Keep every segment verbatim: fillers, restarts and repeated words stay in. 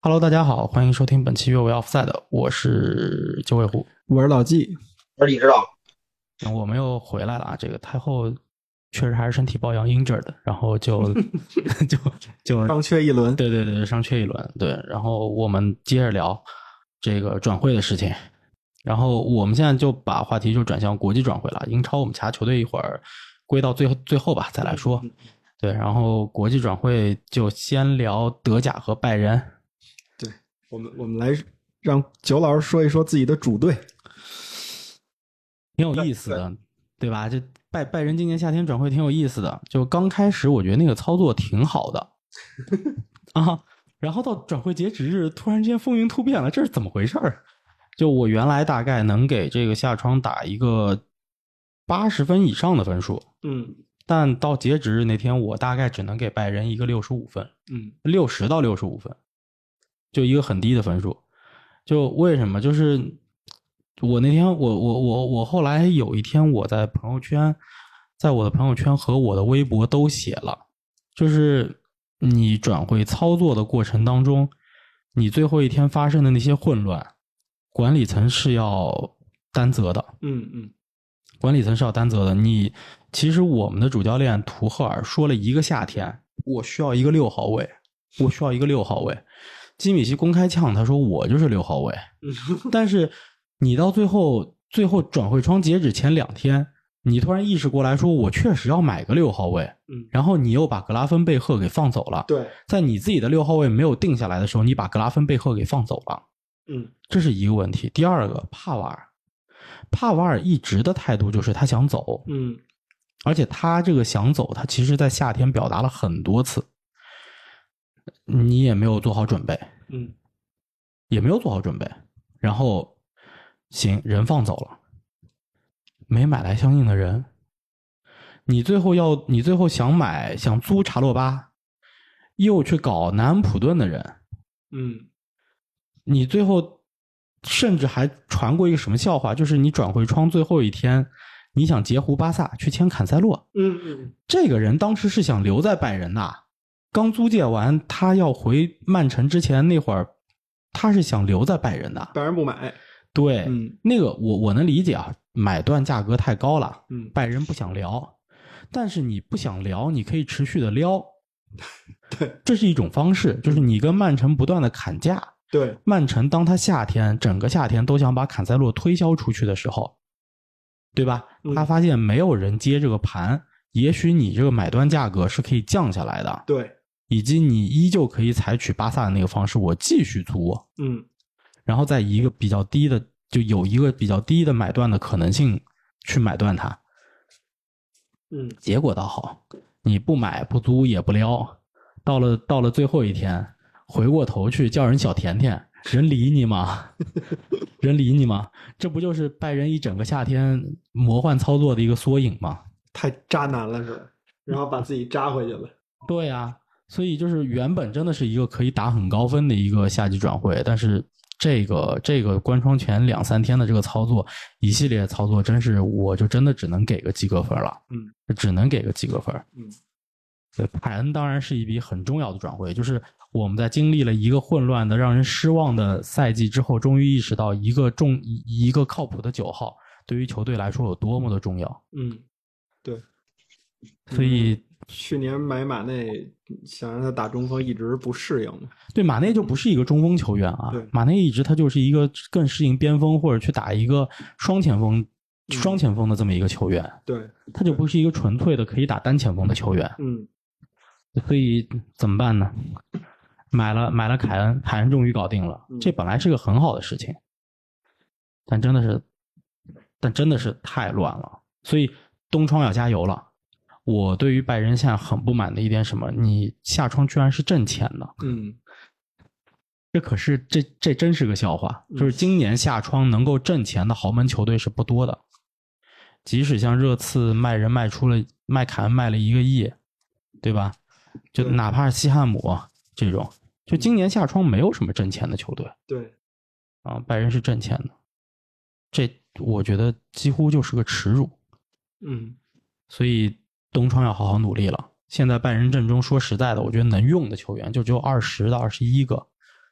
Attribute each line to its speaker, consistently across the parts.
Speaker 1: Hello，大家好，欢迎收听本期越位 Offside，我是九尾狐，
Speaker 2: 我是老纪，
Speaker 3: 我是李指导。
Speaker 1: 我们又回来了啊！这个太后确实还是身体抱恙 injured 的，然后就就就
Speaker 2: 伤缺一轮。
Speaker 1: 对对对，伤缺一轮。对，然后我们接着聊这个转会的事情。然后我们现在就把话题就转向国际转会了，英超我们其他球队一会儿归到最后最后吧再来说。对，然后国际转会就先聊德甲和拜仁。
Speaker 2: 对，我们我们来让九老师说一说自己的主队，
Speaker 1: 挺有意思的，对吧？这拜拜仁今年夏天转会挺有意思的，就刚开始我觉得那个操作挺好的啊，然后到转会截止日突然间风云突变了，这是怎么回事儿？就我原来大概能给这个夏窗打一个八十分以上的分数，
Speaker 2: 嗯
Speaker 1: 但到截止日那天，我大概只能给拜仁一个六十五分，
Speaker 2: 嗯，
Speaker 1: 六十到六十五分，就一个很低的分数。就为什么？就是我那天，我我我我后来有一天，我在朋友圈，在我的朋友圈和我的微博都写了，就是你转会操作的过程当中，你最后一天发生的那些混乱，管理层是要担责的。
Speaker 2: 嗯嗯，
Speaker 1: 管理层是要担责的。你其实我们的主教练图赫尔说了一个夏天，我需要一个六号位，我需要一个六号位。基米希公开呛他说我就是六号位，但是你到最后最后转会窗截止前两天，你突然意识过来说我确实要买个六号位，
Speaker 2: 嗯，
Speaker 1: 然后你又把格拉芬贝赫给放走了。
Speaker 2: 对，
Speaker 1: 在你自己的六号位没有定下来的时候，你把格拉芬贝赫给放走了，
Speaker 2: 嗯，
Speaker 1: 这是一个问题。第二个，帕瓦尔。帕瓦尔一直的态度就是他想走，
Speaker 2: 嗯，
Speaker 1: 而且他这个想走，他其实在夏天表达了很多次，你也没有做好准备，
Speaker 2: 嗯，
Speaker 1: 也没有做好准备，然后行，人放走了，没买来相应的人，你最后要，你最后想买想租查洛巴，又去搞南安普顿的人，
Speaker 2: 嗯，
Speaker 1: 你最后甚至还传过一个什么笑话，就是你转会窗最后一天，你想截胡巴萨去签坎塞洛，
Speaker 2: 嗯嗯，
Speaker 1: 这个人当时是想留在拜仁的，刚租借完，他要回曼城之前那会儿，他是想留在拜仁的。
Speaker 2: 拜仁不买，
Speaker 1: 对，
Speaker 2: 嗯，
Speaker 1: 那个我我能理解啊，买断价格太高了，
Speaker 2: 嗯，
Speaker 1: 拜仁不想聊，但是你不想聊，你可以持续的撩，
Speaker 2: 对，
Speaker 1: 这是一种方式，就是你跟曼城不断的砍价。
Speaker 2: 对，
Speaker 1: 曼城当他夏天整个夏天都想把坎塞洛推销出去的时候，对吧？他发现没有人接这个盘，嗯、也许你这个买断价格是可以降下来的，
Speaker 2: 对，
Speaker 1: 以及你依旧可以采取巴萨的那个方式，我继续租，
Speaker 2: 嗯，
Speaker 1: 然后在一个比较低的，就有一个比较低的买断的可能性去买断它，
Speaker 2: 嗯，
Speaker 1: 结果倒好，你不买不租也不撩，到了到了最后一天。回过头去叫人小甜甜，人理你吗？人理你吗？这不就是拜仁一整个夏天魔幻操作的一个缩影吗？
Speaker 2: 太渣男了是吧？然后把自己扎回去了。
Speaker 1: 对啊，所以就是原本真的是一个可以打很高分的一个夏季转会，但是这个这个关窗前两三天的这个操作，一系列操作，真是我就真的只能给个及格分了。
Speaker 2: 嗯，
Speaker 1: 只能给个及格分。
Speaker 2: 嗯。
Speaker 1: 对，凯恩当然是一笔很重要的转会，就是我们在经历了一个混乱的、让人失望的赛季之后，终于意识到一个重一个靠谱的九号对于球队来说有多么的重要。
Speaker 2: 嗯，对。
Speaker 1: 所以、
Speaker 2: 嗯、去年买马内想让他打中锋一直不适应。
Speaker 1: 对，马内就不是一个中锋球员啊，马内一直他就是一个更适应边锋或者去打一个双前锋。双前锋的这么一个球员，
Speaker 2: 对，
Speaker 1: 他就不是一个纯粹的可以打单前锋的球员。
Speaker 2: 嗯，
Speaker 1: 所以怎么办呢？买了买了凯恩，凯恩终于搞定了，
Speaker 2: 嗯、
Speaker 1: 这本来是个很好的事情，但真的是，但真的是太乱了。所以东窗要加油了。我对于拜仁现在很不满的一点什么？你夏窗居然是挣钱的，
Speaker 2: 嗯，
Speaker 1: 这可是这这真是个笑话。就是今年夏窗能够挣钱的豪门球队是不多的。即使像热刺卖人卖出了卖凯恩卖了一个亿，对吧？就哪怕是西汉姆这种，就今年夏窗没有什么挣钱的球队。
Speaker 2: 对，
Speaker 1: 啊，拜仁是挣钱的，这我觉得几乎就是个耻辱。
Speaker 2: 嗯，
Speaker 1: 所以东窗要好好努力了。现在拜仁阵中说实在的，我觉得能用的球员就只有二十到二十一个，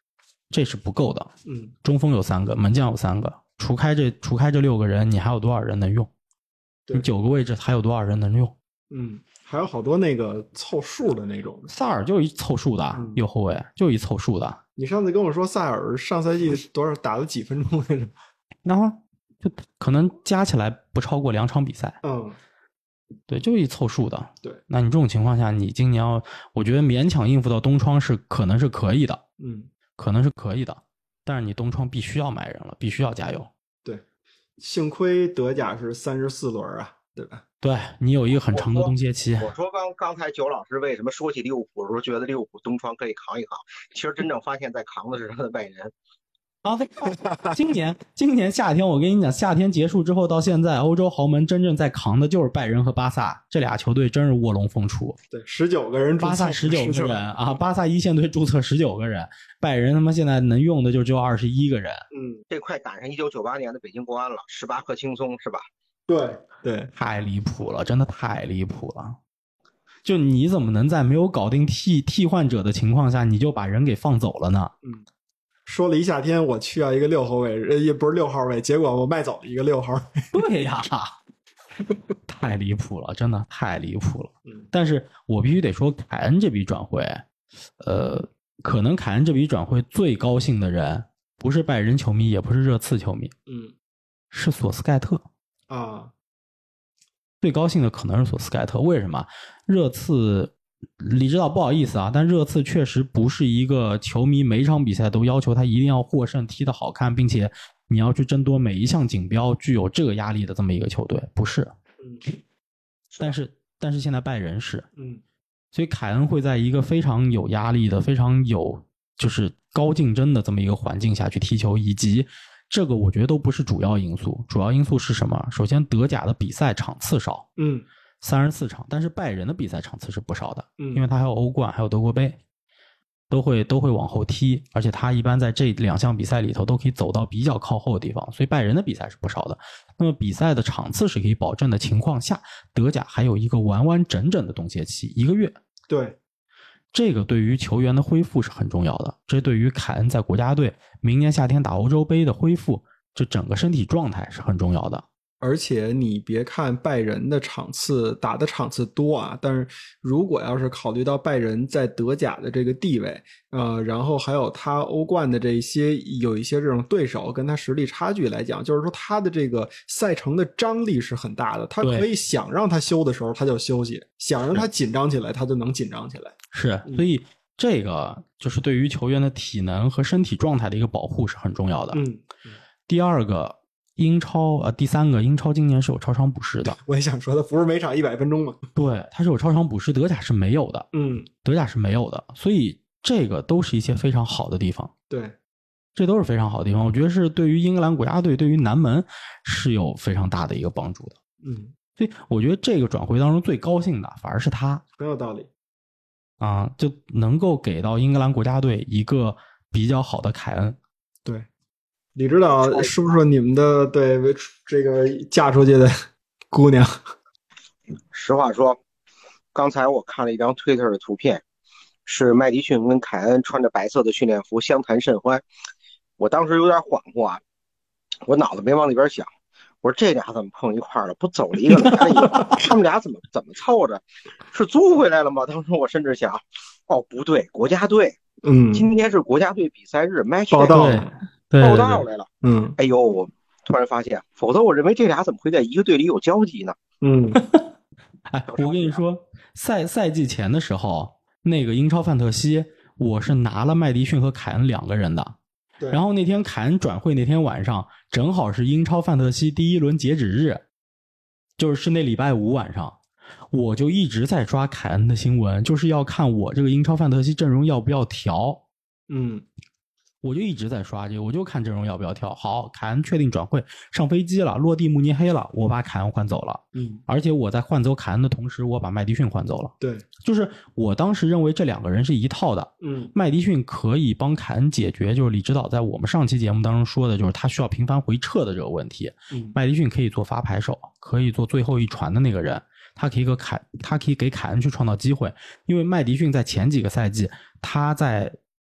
Speaker 1: 这是不够的。
Speaker 2: 嗯，
Speaker 1: 中锋有三个，门将有三个，除开这除开这六个人，你还有多少人能用？你九个位置还有多少人能用？
Speaker 2: 嗯，还有好多那个凑数的那种。
Speaker 1: 萨尔就一凑数的、嗯、右后卫，就一凑数的。
Speaker 2: 你上次跟我说萨尔上赛季多少打了几分钟来着？
Speaker 1: 然后就可能加起来不超过两场比赛。
Speaker 2: 嗯，
Speaker 1: 对，就一凑数的。
Speaker 2: 对，
Speaker 1: 那你这种情况下，你今年要，我觉得勉强应付到冬窗是可能是可以的。
Speaker 2: 嗯，
Speaker 1: 可能是可以的，但是你冬窗必须要买人了，必须要加油。
Speaker 2: 对，幸亏德甲是三十四轮啊，对吧？
Speaker 1: 对，你有一个很长的冬歇期。
Speaker 3: 我说刚刚才九老师为什么说起利物浦的时候觉得利物浦冬窗可以扛一扛，其实真正发现在扛的是他的拜仁。
Speaker 1: 啊，今年今年夏天，我跟你讲，夏天结束之后到现在，欧洲豪门真正在扛的就是拜仁和巴萨这俩球队，真是卧龙凤雏。
Speaker 2: 对，十九个人注册，
Speaker 1: 巴萨十九个人啊，巴萨一线队注册十九个人，拜仁他妈现在能用的就只有二十一个人。
Speaker 3: 嗯，这快赶上一九九八年的北京国安了，十八颗轻松是吧？
Speaker 2: 对对，
Speaker 1: 太离谱了，真的太离谱了。就你怎么能在没有搞定替替换者的情况下，你就把人给放走了呢？
Speaker 2: 嗯。说了一夏天，我需要一个六后卫，也不是六号位，结果我卖走了一个六号位。
Speaker 1: 对呀，太离谱了，真的太离谱了。
Speaker 2: 嗯，
Speaker 1: 但是我必须得说，凯恩这笔转会，呃，可能凯恩这笔转会最高兴的人，不是拜仁球迷，也不是热刺球迷，
Speaker 2: 嗯，
Speaker 1: 是索斯盖特
Speaker 2: 啊。
Speaker 1: 最高兴的可能是索斯盖特，为什么？热刺。李指导不好意思啊，但热刺确实不是一个球迷每场比赛都要求他一定要获胜踢得好看，并且你要去争夺每一项锦标具有这个压力的这么一个球队，不是。
Speaker 2: 嗯，
Speaker 1: 但是但是现在拜仁是，
Speaker 2: 嗯，
Speaker 1: 所以凯恩会在一个非常有压力的、非常有就是高竞争的这么一个环境下去踢球，以及这个我觉得都不是主要因素，主要因素是什么？首先德甲的比赛场次少，
Speaker 2: 嗯。
Speaker 1: 三十四场，但是拜仁的比赛场次是不少的，
Speaker 2: 嗯，
Speaker 1: 因为他还有欧冠，还有德国杯，都会都会往后踢，而且他一般在这两项比赛里头都可以走到比较靠后的地方，所以拜仁的比赛是不少的。那么比赛的场次是可以保证的情况下，德甲还有一个完完整整的冬歇期，一个月。
Speaker 2: 对，
Speaker 1: 这个对于球员的恢复是很重要的，这对于凯恩在国家队明年夏天打欧洲杯的恢复，这整个身体状态是很重要的。
Speaker 2: 而且你别看拜仁的场次打的场次多啊，但是如果要是考虑到拜仁在德甲的这个地位，呃，然后还有他欧冠的这些有一些这种对手跟他实力差距来讲，就是说他的这个赛程的张力是很大的，他可以想让他休的时候他就休息，想让他紧张起来他就能紧张起来。
Speaker 1: 是，所以这个就是对于球员的体能和身体状态的一个保护是很重要的。
Speaker 2: 嗯，
Speaker 1: 第二个。英超呃，第三个英超今年是有超长补时的。
Speaker 2: 我也想说，它不是每场一百分钟吗？
Speaker 1: 对，它是有超长补时，德甲是没有的。
Speaker 2: 嗯，
Speaker 1: 德甲是没有的，所以这个都是一些非常好的地方。
Speaker 2: 对，
Speaker 1: 这都是非常好的地方。我觉得是对于英格兰国家队、对于南门是有非常大的一个帮助的。
Speaker 2: 嗯，
Speaker 1: 所以我觉得这个转会当中最高兴的反而是他，
Speaker 2: 很有道理
Speaker 1: 啊，就能够给到英格兰国家队一个比较好的凯恩。
Speaker 2: 对。李指导是不是你们的对这个嫁出去的姑娘？
Speaker 3: 实话说，刚才我看了一张推特的图片，是麦迪逊跟凯恩穿着白色的训练服相谈甚欢。我当时有点恍惚啊，我脑子没往那边想，我说这俩怎么碰一块了？不走了一个来一个，他们俩怎么怎么凑着？是租回来了吗？当时我甚至想，哦不对，国家队，
Speaker 2: 嗯，
Speaker 3: 今天是国家队比赛日 ，match
Speaker 2: 报道。
Speaker 1: 对
Speaker 3: 报道来了，
Speaker 2: 嗯，
Speaker 3: 哎呦，我突然发现，否则我认为这俩怎么会在一个队里有交集呢？
Speaker 2: 嗯，
Speaker 1: 哎，我跟你说，赛赛季前的时候，那个英超范特西，我是拿了麦迪逊和凯恩两个人的。
Speaker 2: 对。
Speaker 1: 然后那天凯恩转会那天晚上，正好是英超范特西第一轮截止日，就是是那礼拜五晚上，我就一直在刷凯恩的新闻，就是要看我这个英超范特西阵容要不要调。
Speaker 2: 嗯。
Speaker 1: 我就一直在刷这个，我就看阵容要不要跳。好，凯恩确定转会，上飞机了，落地慕尼黑了，我把凯恩换走了。
Speaker 2: 嗯，
Speaker 1: 而且我在换走凯恩的同时，我把麦迪逊换走了。
Speaker 2: 对，
Speaker 1: 就是我当时认为这两个人是一套的。
Speaker 2: 嗯，
Speaker 1: 麦迪逊可以帮凯恩解决，就是李指导在我们上期节目当中说的，就是他需要频繁回撤的这个问题。
Speaker 2: 嗯，
Speaker 1: 麦迪逊可以做发牌手，可以做最后一传的那个人。他可以给凯，他可以给凯恩去创造机会，因为麦迪逊在前几个赛季他在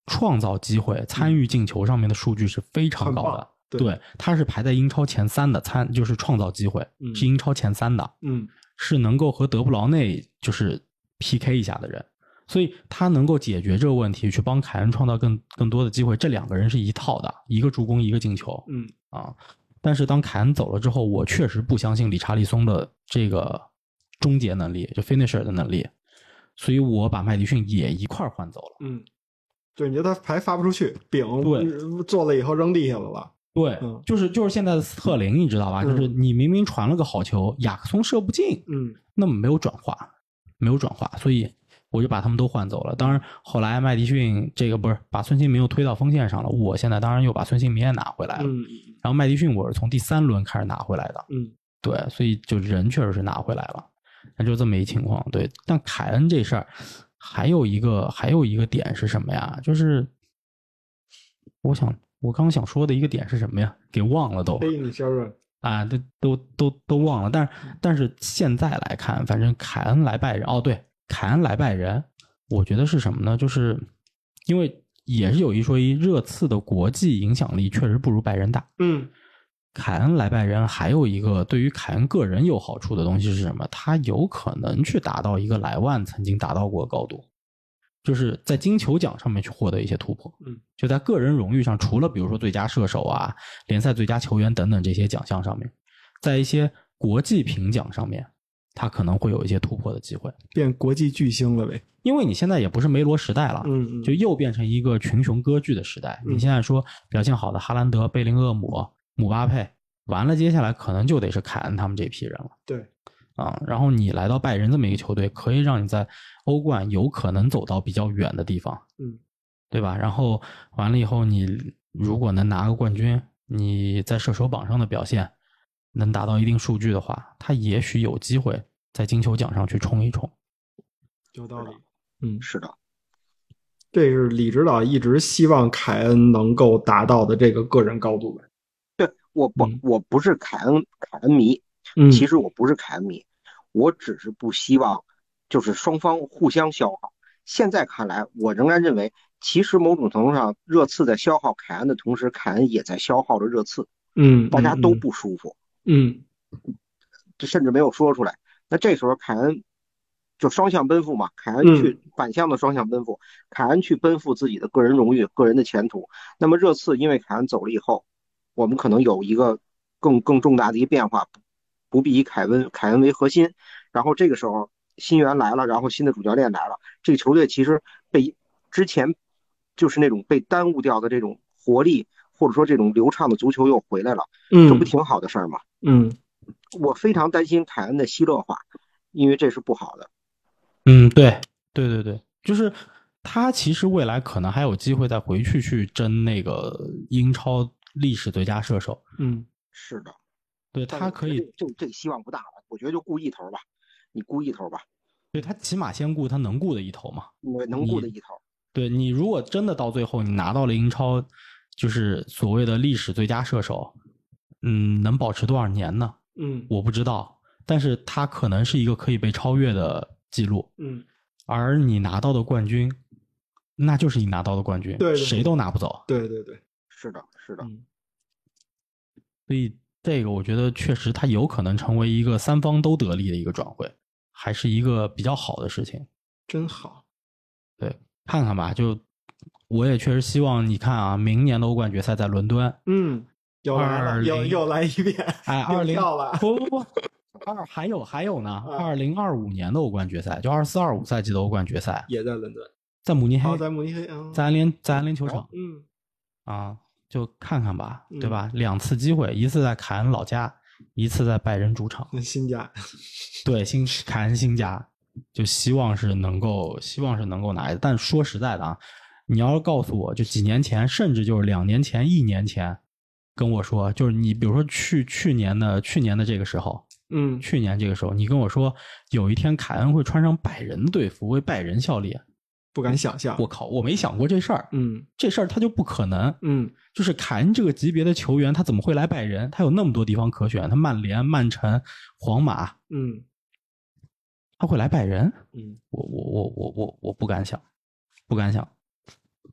Speaker 1: 创造机会、参与进球上面的数据是非常高的。
Speaker 2: 对,
Speaker 1: 对，他是排在英超前三的，参就是创造机会、
Speaker 2: 嗯、
Speaker 1: 是英超前三的，
Speaker 2: 嗯，
Speaker 1: 是能够和德布劳内就是 P K 一下的人，所以他能够解决这个问题，去帮凯恩创造更更多的机会。这两个人是一套的，一个助攻，一个进球，
Speaker 2: 嗯
Speaker 1: 啊。但是当凯恩走了之后，我确实不相信理查利松的这个终结能力，就 finisher 的能力，所以我把麦迪逊也一块换走了。
Speaker 2: 嗯，对，你觉得他牌发不出去，饼
Speaker 1: 对
Speaker 2: 做了以后扔地下了吧？
Speaker 1: 对，
Speaker 2: 嗯、
Speaker 1: 就是就是现在的斯特林，你知道吧？
Speaker 2: 嗯、
Speaker 1: 就是你明明传了个好球，雅克松射不进，
Speaker 2: 嗯，
Speaker 1: 那么没有转化，没有转化，所以我就把他们都换走了。当然，后来麦迪逊这个不是把孙兴民又推到锋线上了，我现在当然又把孙兴民也拿回来了。
Speaker 2: 嗯，
Speaker 1: 然后麦迪逊我是从第三轮开始拿回来的。
Speaker 2: 嗯，
Speaker 1: 对，所以就人确实是拿回来了，那就这么一情况。对，但凯恩这事儿还有一个还有一个点是什么呀？就是我想。我刚想说的一个点是什么呀？给忘了都。
Speaker 2: 哎，你说说
Speaker 1: 啊，都都都都忘了。但是但是现在来看，反正凯恩来拜仁，哦对，凯恩来拜仁，我觉得是什么呢？就是因为也是有一说一，热刺的国际影响力确实不如拜仁大。
Speaker 2: 嗯，
Speaker 1: 凯恩来拜仁还有一个对于凯恩个人有好处的东西是什么？他有可能去达到一个莱万曾经达到过的高度。就是在金球奖上面去获得一些突破，
Speaker 2: 嗯，
Speaker 1: 就在个人荣誉上，除了比如说最佳射手啊、联赛最佳球员等等这些奖项上面，在一些国际评奖上面，他可能会有一些突破的机会，
Speaker 2: 变国际巨星了呗。
Speaker 1: 因为你现在也不是梅罗时代了，
Speaker 2: 嗯嗯，
Speaker 1: 就又变成一个群雄割据的时代。
Speaker 2: 嗯、
Speaker 1: 你现在说表现好的哈兰德、贝林厄姆、姆巴佩，完了接下来可能就得是凯恩他们这批人了。
Speaker 2: 对。
Speaker 1: 啊，然后你来到拜仁这么一个球队，可以让你在欧冠有可能走到比较远的地方，
Speaker 2: 嗯，
Speaker 1: 对吧？然后完了以后，你如果能拿个冠军，你在射手榜上的表现能达到一定数据的话，他也许有机会在金球奖上去冲一冲。
Speaker 2: 有道理，嗯，
Speaker 3: 是的，
Speaker 2: 这是李指导一直希望凯恩能够达到的这个个人高度呗。
Speaker 3: 对，我不，
Speaker 1: 嗯、
Speaker 3: 我不是凯恩凯恩迷，
Speaker 2: 嗯，
Speaker 3: 其实我不是凯恩迷。我只是不希望就是双方互相消耗。现在看来，我仍然认为，其实某种程度上，热刺在消耗凯恩的同时，凯恩也在消耗着热刺。
Speaker 2: 嗯，
Speaker 3: 大家都不舒服。
Speaker 2: 嗯，
Speaker 3: 这甚至没有说出来。那这时候凯恩就双向奔赴嘛，凯恩去反向的双向奔赴，
Speaker 2: 嗯、
Speaker 3: 凯恩去奔赴自己的个人荣誉、个人的前途。那么热刺因为凯恩走了以后，我们可能有一个更更重大的一个变化。不必以凯恩凯恩为核心，然后这个时候新援来了，然后新的主教练来了，这个球队其实被之前就是那种被耽误掉的这种活力，或者说这种流畅的足球又回来了，
Speaker 2: 嗯，
Speaker 3: 这不挺好的事儿吗？
Speaker 2: 嗯，
Speaker 3: 我非常担心凯恩的希勒化，因为这是不好的。
Speaker 1: 嗯，对，对对对，就是他其实未来可能还有机会再回去去争那个英超历史最佳射手。
Speaker 2: 嗯，
Speaker 3: 是的。
Speaker 1: 对，他可以，
Speaker 3: 这这个希望不大了，我觉得就顾一头吧，你顾一头吧。
Speaker 1: 对，他起码先顾他能顾的一头嘛，
Speaker 3: 能顾的一头。
Speaker 1: 对，你如果真的到最后你拿到了英超，就是所谓的历史最佳射手，嗯，能保持多少年呢？
Speaker 2: 嗯，
Speaker 1: 我不知道，但是他可能是一个可以被超越的记录。
Speaker 2: 嗯，
Speaker 1: 而你拿到的冠军，那就是你拿到的冠军，
Speaker 2: 对，
Speaker 1: 谁都拿不走。
Speaker 2: 对对对，
Speaker 3: 是的，是的。
Speaker 2: 嗯，
Speaker 1: 所以这个我觉得确实它有可能成为一个三方都得利的一个转会，还是一个比较好的事情。
Speaker 2: 真好。
Speaker 1: 对，看看吧，就我也确实希望你看啊，明年的欧冠决赛在伦敦，
Speaker 2: 嗯，又来了，又又来一遍，
Speaker 1: 哎，二零
Speaker 2: 了，
Speaker 1: 不不不，二还有还有呢，二零二五年的欧冠决赛，就二四二五赛季的欧冠决赛
Speaker 2: 也在伦敦，
Speaker 1: 在慕尼黑，
Speaker 2: 哦、在慕尼黑，嗯、
Speaker 1: 在安联在安联球场，
Speaker 2: 嗯，
Speaker 1: 啊，就看看吧，
Speaker 2: 嗯、
Speaker 1: 对吧？两次机会，一次在凯恩老家，一次在拜仁主场，
Speaker 2: 新家，
Speaker 1: 对，新凯恩新家。就希望是能够，希望是能够拿，但说实在的啊，你要是告诉我，就几年前，甚至就是两年前、一年前，跟我说，就是你比如说去去年的去年的这个时候，
Speaker 2: 嗯，
Speaker 1: 去年这个时候，你跟我说有一天凯恩会穿上拜仁的队服为拜仁效力，
Speaker 2: 不敢想象。
Speaker 1: 我靠，我没想过这事儿，
Speaker 2: 嗯，
Speaker 1: 这事儿他就不可能，
Speaker 2: 嗯，
Speaker 1: 就是凯恩这个级别的球员，他怎么会来拜仁？他有那么多地方可选，他曼联、曼城、皇马，
Speaker 2: 嗯。
Speaker 1: 他会来拜仁？
Speaker 2: 嗯，
Speaker 1: 我我我我我我不敢想，不敢想。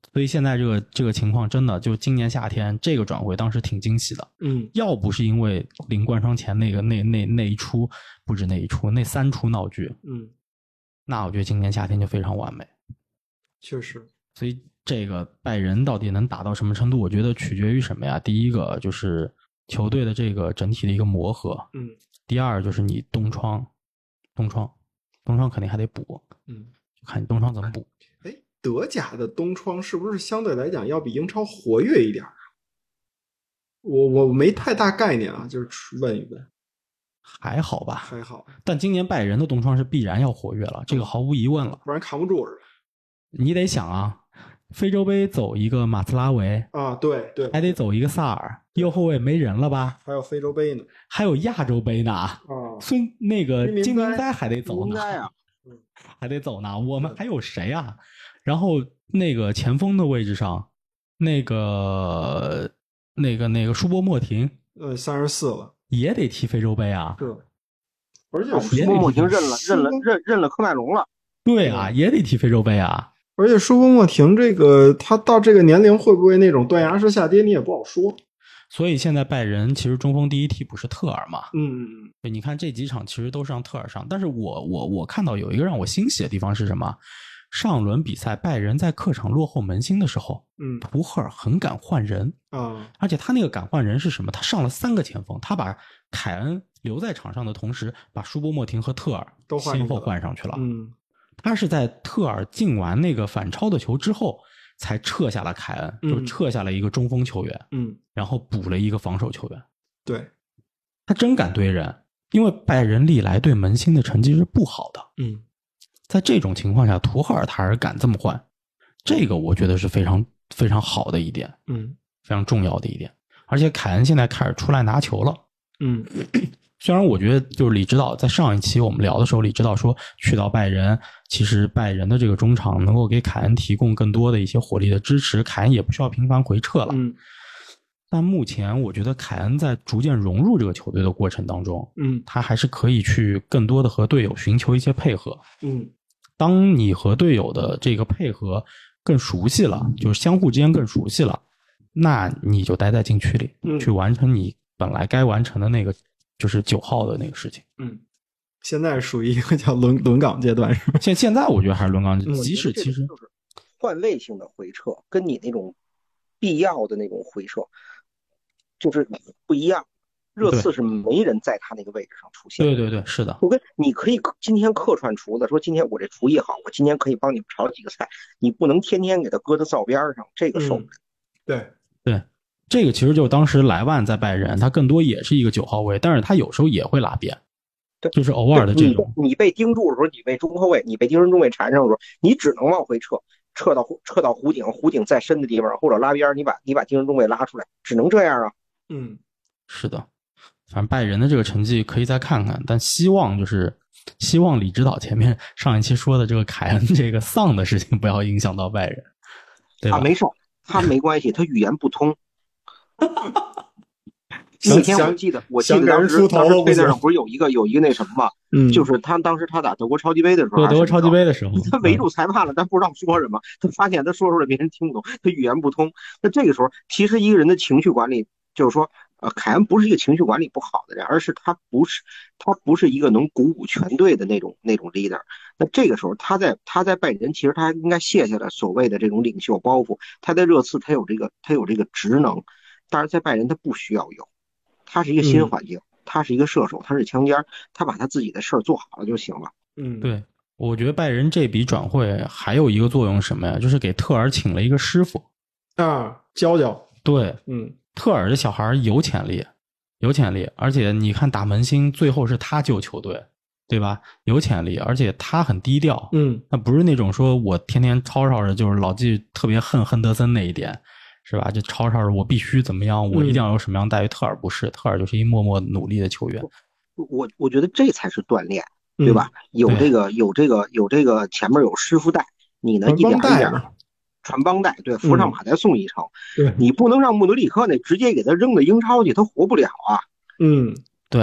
Speaker 1: 所以现在这个这个情况真的就今年夏天这个转会当时挺惊喜的，
Speaker 2: 嗯，
Speaker 1: 要不是因为临冠双前那个那那那一出，不止那一出，那三出闹剧，
Speaker 2: 嗯，
Speaker 1: 那我觉得今年夏天就非常完美。
Speaker 2: 确实，
Speaker 1: 所以这个拜仁到底能打到什么程度，我觉得取决于什么呀？第一个就是球队的这个整体的一个磨合，
Speaker 2: 嗯，
Speaker 1: 第二就是你东窗，东窗，东窗肯定还得补，
Speaker 2: 嗯，
Speaker 1: 看你东窗怎么补。
Speaker 2: 哎，德甲的东窗是不是相对来讲要比英超活跃一点？我我没太大概念啊，就是问一问。
Speaker 1: 还好吧，
Speaker 2: 还好。
Speaker 1: 但今年拜仁的东窗是必然要活跃了，这个毫无疑问了，
Speaker 2: 不然扛不住是吧？
Speaker 1: 你得想啊，非洲杯走一个马兹拉维
Speaker 2: 啊，对对，
Speaker 1: 还得走一个萨尔，右后卫没人了吧？
Speaker 2: 还有非洲杯呢，
Speaker 1: 还有亚洲杯呢。
Speaker 2: 啊，
Speaker 1: 孙那个金明哉还得走呢，
Speaker 3: 啊，
Speaker 1: 还得走呢。我们还有谁啊？然后那个前锋的位置上，那个那个那个舒波莫廷，
Speaker 2: 呃，三十四了，
Speaker 1: 也得踢非洲杯啊。
Speaker 2: 对，而且
Speaker 3: 舒波莫廷认了认了认认了科麦隆了。
Speaker 1: 对啊，也得踢非洲杯啊。
Speaker 2: 而且舒波莫廷这个他到这个年龄会不会那种断崖式下跌，你也不好说。
Speaker 1: 所以现在拜仁其实中锋第一替补是特尔嘛，
Speaker 2: 嗯嗯
Speaker 1: 嗯，你看这几场其实都是让特尔上，但是我我我看到有一个让我欣喜的地方是什么？上轮比赛拜仁在客场落后门兴的时候，
Speaker 2: 嗯，
Speaker 1: 图赫尔很敢换人
Speaker 2: 啊，
Speaker 1: 而且他那个敢换人是什么？他上了三个前锋，他把凯恩留在场上的同时，把舒波莫廷和特尔
Speaker 2: 都
Speaker 1: 先后换上去了。
Speaker 2: 嗯，
Speaker 1: 他是在特尔进完那个反超的球之后，才撤下了凯恩，
Speaker 2: 嗯、
Speaker 1: 就撤下了一个中锋球员，
Speaker 2: 嗯，
Speaker 1: 然后补了一个防守球员。
Speaker 2: 对，
Speaker 1: 他真敢堆人，因为拜仁历来对门兴的成绩是不好的。
Speaker 2: 嗯，
Speaker 1: 在这种情况下，图赫尔他还是敢这么换，这个我觉得是非常非常好的一点，
Speaker 2: 嗯，
Speaker 1: 非常重要的一点。而且凯恩现在开始出来拿球了，
Speaker 2: 嗯。
Speaker 1: 虽然我觉得就是李指导在上一期我们聊的时候，李指导说去到拜仁，其实拜仁的这个中场能够给凯恩提供更多的一些火力的支持，凯恩也不需要频繁回撤了。
Speaker 2: 嗯，
Speaker 1: 但目前我觉得凯恩在逐渐融入这个球队的过程当中，
Speaker 2: 嗯，
Speaker 1: 他还是可以去更多的和队友寻求一些配合。
Speaker 2: 嗯，
Speaker 1: 当你和队友的这个配合更熟悉了，就是相互之间更熟悉了，那你就待在禁区里，
Speaker 2: 嗯，
Speaker 1: 去完成你本来该完成的那个。就是九号的那个事情，
Speaker 2: 嗯，现在属于一个叫轮轮岗阶段，是吧？
Speaker 1: 现现在我觉得还是轮岗，即使其实
Speaker 3: 就是换位性的回撤，跟你那种必要的那种回撤就是不一样。热刺是没人在他那个位置上出现，
Speaker 1: 对对对，是的。
Speaker 3: 我跟你可以今天客串厨子说，今天我这厨艺好，我今天可以帮你们炒几个菜，你不能天天给他搁在灶边上，这个受不了。
Speaker 2: 嗯、对
Speaker 1: 对。这个其实就是当时莱万在拜仁，他更多也是一个九号位，但是他有时候也会拉边，
Speaker 3: 对，
Speaker 1: 就是偶尔的这种。
Speaker 3: 你, 你被盯住的时候，你被中后卫，你被盯人中卫缠上的时候，你只能往回撤，撤到撤到弧顶，弧顶再深的地方，或者拉边，你把你把盯人中卫拉出来，只能这样啊。
Speaker 2: 嗯，
Speaker 1: 是的，反正拜仁的这个成绩可以再看看，但希望就是希望李指导前面上一期说的这个凯恩这个丧的事情不要影响到拜仁，对吧？
Speaker 3: 啊，没事，他没关系，他语言不通。那天我记得，我记得当时当时推特上不是有一个有一个那什么嘛，
Speaker 2: 嗯，
Speaker 3: 就是他当时他打德国超级杯的时候，
Speaker 1: 对德国超级杯的时候，
Speaker 3: 他围住裁判了，但不知道说什么，他发现他说出来别人听不懂，他语言不通。那这个时候，其实一个人的情绪管理，就是说，呃，凯恩不是一个情绪管理不好的人，而是他不是他不是一个能鼓舞全队的那种那种 leader。那这个时候，他在他在拜仁，其实他应该卸下了所谓的这种领袖包袱，他在热刺他有这个他有这个职能。但是在拜仁他不需要有，他是一个新环境，嗯、他是一个射手，他是枪尖，他把他自己的事儿做好了就行了。
Speaker 2: 嗯，
Speaker 1: 对，我觉得拜仁这笔转会还有一个作用什么呀？就是给特尔请了一个师傅
Speaker 2: 啊，教教。
Speaker 1: 对，
Speaker 2: 嗯，
Speaker 1: 特尔的小孩有潜力，有潜力，而且你看打门兴最后是他救球队，对吧？有潜力，而且他很低调，
Speaker 2: 嗯，
Speaker 1: 他不是那种说我天天吵吵着，就是老纪特别恨亨德森那一点。是吧？就吵吵着我必须怎么样，我一定要有什么样待遇。特尔不是，特尔就是一默默努力的球员。
Speaker 3: 我我觉得这才是锻炼，对吧？嗯、有这个有这个有这个前面有师傅带，你呢一点一点传帮带，对，扶上马再送一程。
Speaker 2: 嗯、对，
Speaker 3: 你不能让穆德里克那直接给他扔到英超去，他活不了啊。
Speaker 2: 嗯，
Speaker 1: 对。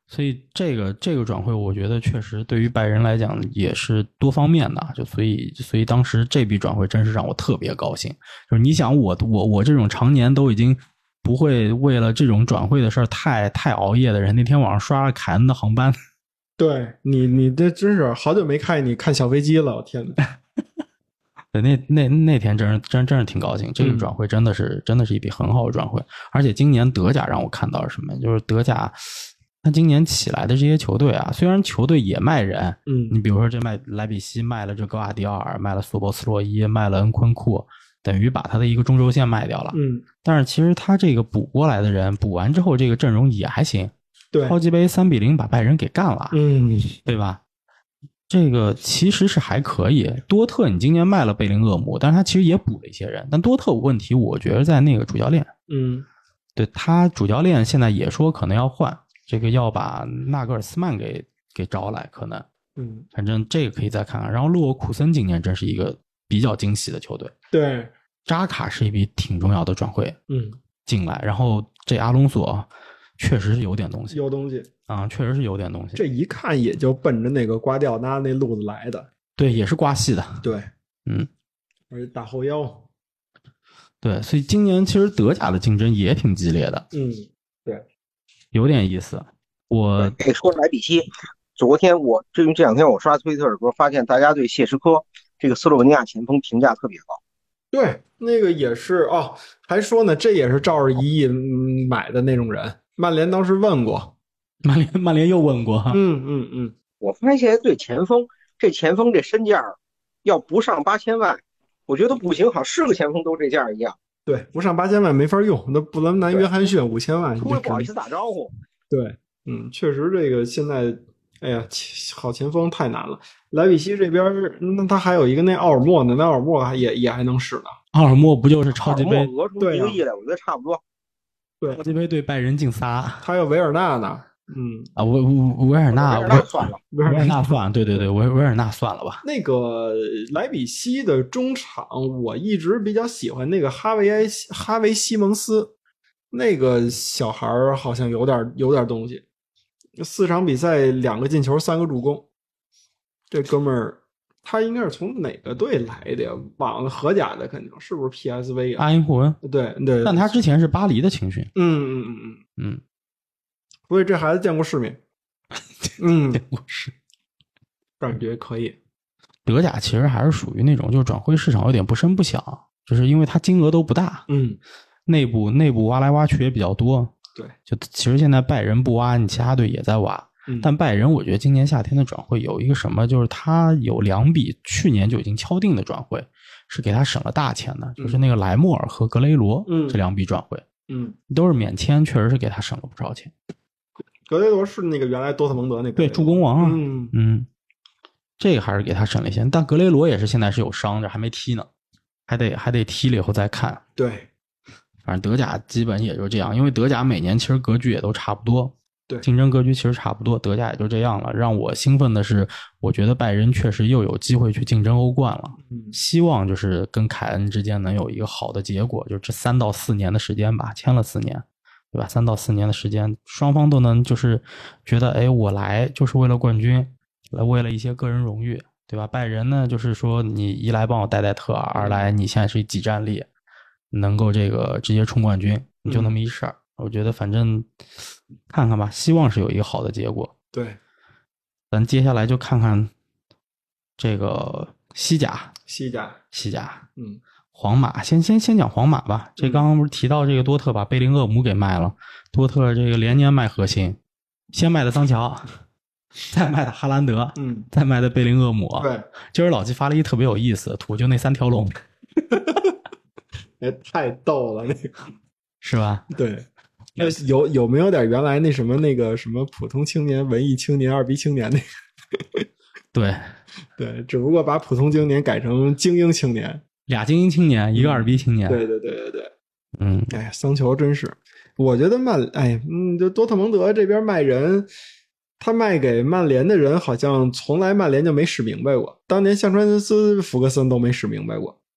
Speaker 1: 所以这个这个转会，我觉得确实对于拜仁来讲也是多方面的，就所以所以当时这笔转会真是让我特别高兴。就是你想我我我这种常年都已经不会为了这种转会的事儿太太熬夜的人，那天晚上刷了凯恩的航班。
Speaker 2: 对你你这真是好久没看你看小飞机了，我天哪！
Speaker 1: 对，那那那天真是真真是挺高兴，这个转会真的是、嗯、真的是一笔很好的转会，而且今年德甲让我看到是什么，就是德甲他今年起来的这些球队啊，虽然球队也卖人，
Speaker 2: 嗯，
Speaker 1: 你比如说这卖莱比锡卖了这格瓦迪奥尔，卖了索博斯洛伊，卖了恩昆库，等于把他的一个中轴线卖掉了，
Speaker 2: 嗯，
Speaker 1: 但是其实他这个补过来的人补完之后，这个阵容也还行，
Speaker 2: 对，
Speaker 1: 超级杯三比零把拜仁给干了，
Speaker 2: 嗯，
Speaker 1: 对吧？这个其实是还可以。多特你今年卖了贝林厄姆，但是他其实也补了一些人。但多特问题，我觉得在那个主教练。
Speaker 2: 嗯，
Speaker 1: 对，他主教练现在也说可能要换，这个要把纳格尔斯曼给给招来，可能。
Speaker 2: 嗯，
Speaker 1: 反正这个可以再看看。然后洛沃库森今年真是一个比较惊喜的球队。
Speaker 2: 对，
Speaker 1: 扎卡是一笔挺重要的转会，
Speaker 2: 嗯，
Speaker 1: 进来。然后这阿隆索确实是有点东西，
Speaker 2: 有东西。
Speaker 1: 啊，确实是有点东西。
Speaker 2: 这一看也就奔着那个瓜迪奥拉那路子来的。
Speaker 1: 对，也是瓜系的。
Speaker 2: 对，
Speaker 1: 嗯，
Speaker 2: 而且大后腰。
Speaker 1: 对，所以今年其实德甲的竞争也挺激烈的。
Speaker 2: 嗯，对，
Speaker 1: 有点意思。我
Speaker 3: 得说莱比锡，昨天我这这两天我刷推特的时候，发现大家对谢什科这个斯洛文尼亚前锋评价特别高。
Speaker 2: 对，那个也是哦，还说呢，这也是照着一亿买的那种人。曼联当时问过。
Speaker 1: 曼联曼联又问过哈，
Speaker 2: 嗯嗯嗯，
Speaker 3: 我发现对前锋，这前锋这身价要不上八千万，我觉得不行，好是个前锋都这价一样。
Speaker 2: 对，不上八千万没法用，那布伦南约翰逊五千万，
Speaker 3: 出来不好意思打招呼。
Speaker 2: 对，嗯，确实这个现在，哎呀，好前锋太难了。莱比锡这边，那他还有一个那奥尔莫呢，那奥尔莫也也还能使呢。
Speaker 1: 奥尔莫不就是超级杯
Speaker 3: 讹出一个亿来，我觉得差不多。
Speaker 2: 对，
Speaker 1: 超级杯对拜仁进仨，
Speaker 2: 他有维尔纳呢。嗯
Speaker 1: 啊，维维维尔纳，
Speaker 3: 维尔纳算了，
Speaker 1: 维尔纳算，对对对，维维尔纳算了吧。
Speaker 2: 那个莱比锡的中场，我一直比较喜欢那个哈维埃哈维西蒙斯，那个小孩好像有点有点东西，四场比赛两个进球，三个助攻。这哥们儿他应该是从哪个队来的呀？忘了，荷甲的肯定是不是 P S V 啊？
Speaker 1: 阿因霍温，
Speaker 2: 对对。
Speaker 1: 但他之前是巴黎的青训。
Speaker 2: 嗯嗯嗯嗯
Speaker 1: 嗯。
Speaker 2: 所以这孩子见过世面，嗯，
Speaker 1: 见过世，
Speaker 2: 感觉可以。
Speaker 1: 德甲其实还是属于那种，就是转会市场有点不声不响，就是因为它金额都不大，
Speaker 2: 嗯，
Speaker 1: 内部内部挖来挖去也比较多。
Speaker 2: 对，
Speaker 1: 就其实现在拜仁不挖，你其他队也在挖。
Speaker 2: 嗯、
Speaker 1: 但拜仁我觉得今年夏天的转会有一个什么，就是他有两笔去年就已经敲定的转会，是给他省了大钱的，就是那个莱莫尔和格雷罗、
Speaker 2: 嗯、
Speaker 1: 这两笔转会，
Speaker 2: 嗯，
Speaker 1: 都是免签，确实是给他省了不少钱。
Speaker 2: 格雷罗是那个原来多特蒙德那个
Speaker 1: 对助攻王啊，
Speaker 2: 嗯
Speaker 1: 嗯，这个还是给他省了一些，但格雷罗也是现在是有伤着，还没踢呢，还得还得踢了以后再看。
Speaker 2: 对，
Speaker 1: 反正德甲基本也就这样，因为德甲每年其实格局也都差不多，
Speaker 2: 对，
Speaker 1: 竞争格局其实差不多，德甲也就这样了。让我兴奋的是，我觉得拜仁确实又有机会去竞争欧冠了，
Speaker 2: 嗯，
Speaker 1: 希望就是跟凯恩之间能有一个好的结果，就这三到四年的时间吧，签了四年。对吧？三到四年的时间，双方都能就是觉得，哎，我来就是为了冠军，来为了一些个人荣誉，对吧？拜仁呢，就是说你一来帮我带带特尔，二来你现在是几战力，能够这个直接冲冠军，你就那么一事儿。嗯、我觉得反正看看吧，希望是有一个好的结果。
Speaker 2: 对，
Speaker 1: 咱接下来就看看这个西甲，
Speaker 2: 西甲，
Speaker 1: 西甲，
Speaker 2: 嗯。
Speaker 1: 皇马先先先讲皇马吧，这刚刚不是提到这个多特把贝林厄姆给卖了，多特这个连年卖核心，先卖的桑乔，再卖的哈兰德，
Speaker 2: 嗯，
Speaker 1: 再卖的贝林厄姆。
Speaker 2: 对，
Speaker 1: 今儿老季发了一特别有意思的图，就那三条龙，
Speaker 2: 也太逗了，那个
Speaker 1: 是吧？
Speaker 2: 对，有有没有点原来那什么那个什么普通青年、文艺青年、二逼青年那个？
Speaker 1: 对
Speaker 2: 对，只不过把普通青年改成精英青年。
Speaker 1: 俩精英青年，一个二逼青年。
Speaker 2: 对对对对对，
Speaker 1: 嗯，
Speaker 2: 哎呀，桑乔真是，我觉得曼，哎，嗯，就多特蒙德这边卖人，他卖给曼联的人好像从来曼联就没使明白过，当年香川斯、福格森都没使明白过。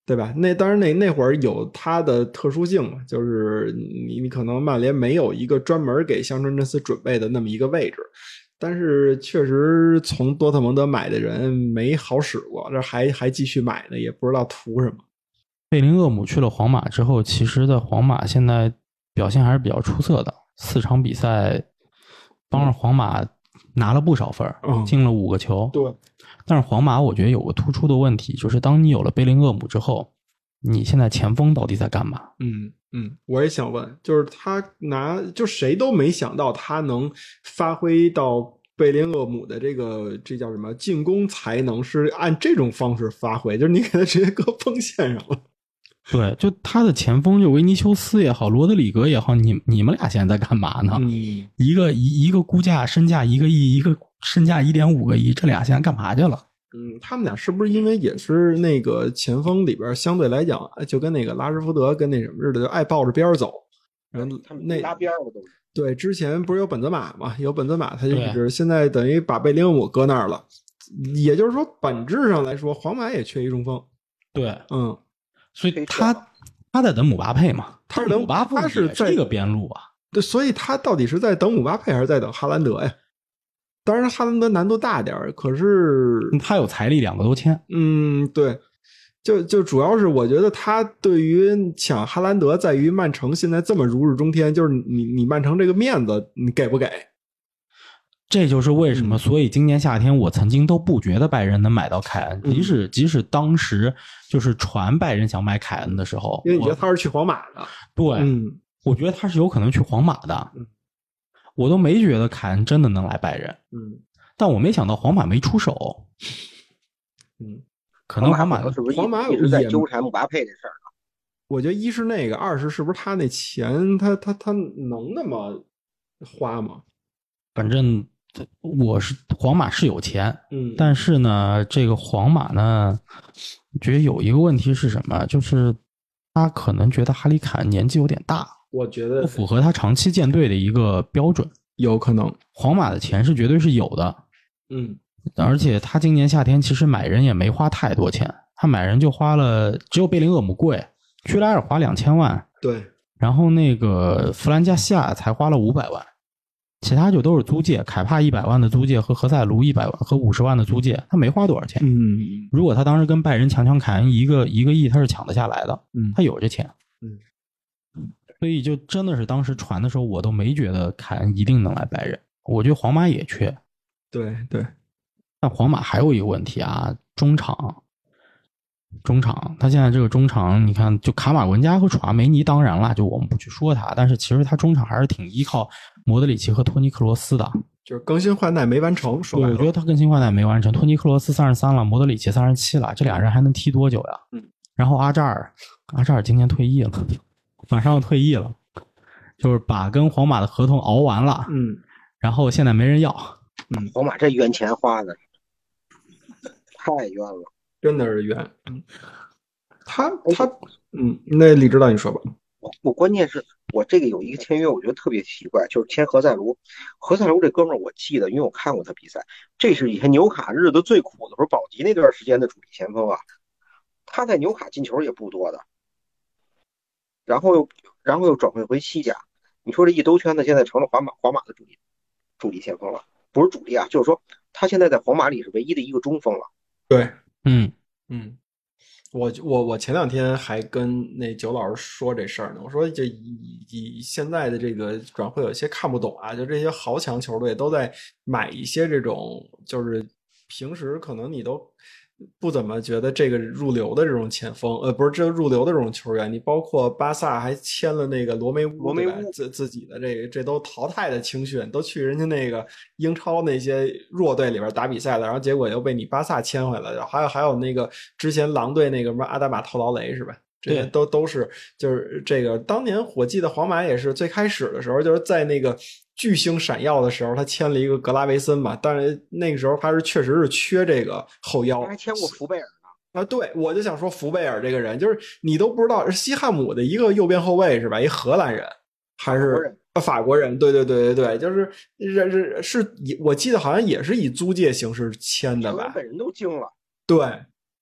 Speaker 2: 对吧？那当然那那会儿有它的特殊性嘛，就是你你可能曼联没有一个专门给香川真司准备的那么一个位置，但是确实从多特蒙德买的人没好使过，这还还继续买呢，也不知道图什么。
Speaker 1: 贝林厄姆去了皇马之后，其实在皇马现在表现还是比较出色的，四场比赛帮着皇马拿了不少分，
Speaker 2: 嗯，
Speaker 1: 进了五个球。
Speaker 2: 对，
Speaker 1: 但是皇马我觉得有个突出的问题，就是当你有了贝林厄姆之后，你现在前锋到底在干嘛？
Speaker 2: 嗯嗯，我也想问，就是他拿就谁都没想到他能发挥到贝林厄姆的这个这叫什么进攻才能是按这种方式发挥，就是你给他直接搁锋线上了。
Speaker 1: 对，就他的前锋就维尼修斯也好，罗德里格也好，你你们俩现在在干嘛呢？
Speaker 2: 嗯，
Speaker 1: 一个一一个估价身价一个亿，一个身价一点五个亿，这俩现在干嘛去了？
Speaker 2: 嗯，他们俩是不是因为也是那个前锋里边相对来讲，就跟那个拉什福德跟那什么似的，就爱抱着边走，然后
Speaker 3: 他们
Speaker 2: 那
Speaker 3: 拉边了都是。
Speaker 2: 对，之前不是有本泽马嘛，有本泽马，他就一直
Speaker 1: 对
Speaker 2: 现在等于把贝林厄姆搁那儿了，也就是说，本质上来说，皇马也缺一中锋。
Speaker 1: 对，
Speaker 2: 嗯，
Speaker 1: 所以他他在等姆巴佩嘛，
Speaker 2: 他是等
Speaker 1: 姆巴佩
Speaker 2: 他是在
Speaker 1: 也是一个边路啊。
Speaker 2: 对，所以他到底是在等姆巴佩还是在等哈兰德呀？当然，哈兰德难度大点儿，可是
Speaker 1: 他有财力，两个都签。
Speaker 2: 嗯，对，就就主要是我觉得他对于抢哈兰德，在于曼城现在这么如日中天，就是你你曼城这个面子你给不给？
Speaker 1: 这就是为什么，所以今年夏天我曾经都不觉得拜仁能买到凯恩，
Speaker 2: 嗯
Speaker 1: 即使即使当时就是传拜仁想买凯恩的时候，
Speaker 2: 因为你觉得他是去皇马的，
Speaker 1: 对，
Speaker 2: 嗯，
Speaker 1: 我觉得他是有可能去皇马的，
Speaker 2: 嗯，
Speaker 1: 我都没觉得凯恩真的能来拜仁，
Speaker 2: 嗯，
Speaker 1: 但我没想到皇马没出手，
Speaker 2: 嗯，
Speaker 1: 可能皇马
Speaker 3: 是不是
Speaker 2: 皇马
Speaker 3: 一直在
Speaker 2: 也
Speaker 3: 纠缠姆巴佩这事儿？
Speaker 2: 我觉得一是那个，二是是不是他那钱他他他能那么花吗？
Speaker 1: 反正我是皇马是有钱，
Speaker 2: 嗯，
Speaker 1: 但是呢，这个皇马呢，我觉得有一个问题是什么，就是他可能觉得哈里凯恩年纪有点大，
Speaker 2: 我觉得
Speaker 1: 不符合他长期建队的一个标准。
Speaker 2: 有可能，
Speaker 1: 皇马的钱是绝对是有的，
Speaker 2: 嗯，
Speaker 1: 而且他今年夏天其实买人也没花太多钱，他买人就花了，只有贝林厄姆贵，屈莱尔花两千万，
Speaker 2: 对，
Speaker 1: 然后那个弗兰加西亚才花了五百万。其他就都是租借，凯帕一百万的租借和何塞卢一百万和五十万的租借，他没花多少钱。
Speaker 2: 嗯，
Speaker 1: 如果他当时跟拜仁强强凯恩一个一个亿，他是抢得下来的。
Speaker 2: 嗯，
Speaker 1: 他有这钱。
Speaker 2: 嗯，
Speaker 1: 所以就真的是当时传的时候，我都没觉得凯恩一定能来拜仁。我觉得皇马也缺。
Speaker 2: 对对，
Speaker 1: 但皇马还有一个问题啊，中场。中场，他现在这个中场，你看，就卡马文加和楚阿梅尼，当然了，就我们不去说他，但是其实他中场还是挺依靠莫德里奇和托尼克罗斯的。
Speaker 2: 就是更新换代没完成，说白了，
Speaker 1: 我觉得他更新换代没完成。托尼克罗斯三十三了，莫德里奇三十七了，这俩人还能踢多久呀？
Speaker 2: 嗯。
Speaker 1: 然后阿扎尔，阿扎尔今年退役了，马上要退役了，就是把跟皇马的合同熬完了。
Speaker 2: 嗯。
Speaker 1: 然后现在没人要。
Speaker 2: 嗯，
Speaker 3: 皇马这冤钱花的太冤了。
Speaker 2: 真的是冤，嗯，他他嗯，那李指导你说吧。
Speaker 3: 我我关键是我这个有一个签约，我觉得特别奇怪，就是签何塞卢。何塞卢这哥们儿，我记得，因为我看过他比赛，这是以前纽卡日子最苦的时候，保级那段时间的主力前锋啊。他在纽卡进球也不多的，然后又然后又转会回西甲。你说这一兜圈子，现在成了皇马皇马的主力主力前锋了，不是主力啊，就是说他现在在皇马里是唯一的一个中锋了。
Speaker 2: 对。
Speaker 1: 嗯
Speaker 2: 嗯，我我我前两天还跟那九老师说这事儿呢，我说这以以现在的这个转会有些看不懂啊，就这些豪强球队都在买一些这种，就是平时可能你都不怎么觉得这个入流的这种前锋，呃，不是这入流的这种球员，你包括巴萨还签了那个罗梅乌，
Speaker 3: 罗梅乌
Speaker 2: 自自己的这个这都淘汰的青训，都去人家那个英超那些弱队里边打比赛了，然后结果又被你巴萨签回来了，还有还有那个之前狼队那个什么阿达马特劳雷是吧？这些都都是就是这个当年我记得皇马也是最开始的时候就是在那个巨星闪耀的时候，他签了一个格拉维森嘛，但是那个时候他是确实是缺这个后腰，
Speaker 3: 他还签过福贝尔呢。
Speaker 2: 啊，对，我就想说福贝尔这个人，就是你都不知道是西汉姆的一个右边后卫是吧？一荷兰人还是法国人？对对对对对，就是是是，我记得好像也是以租借形式签的吧？
Speaker 3: 本人都惊了。
Speaker 2: 对，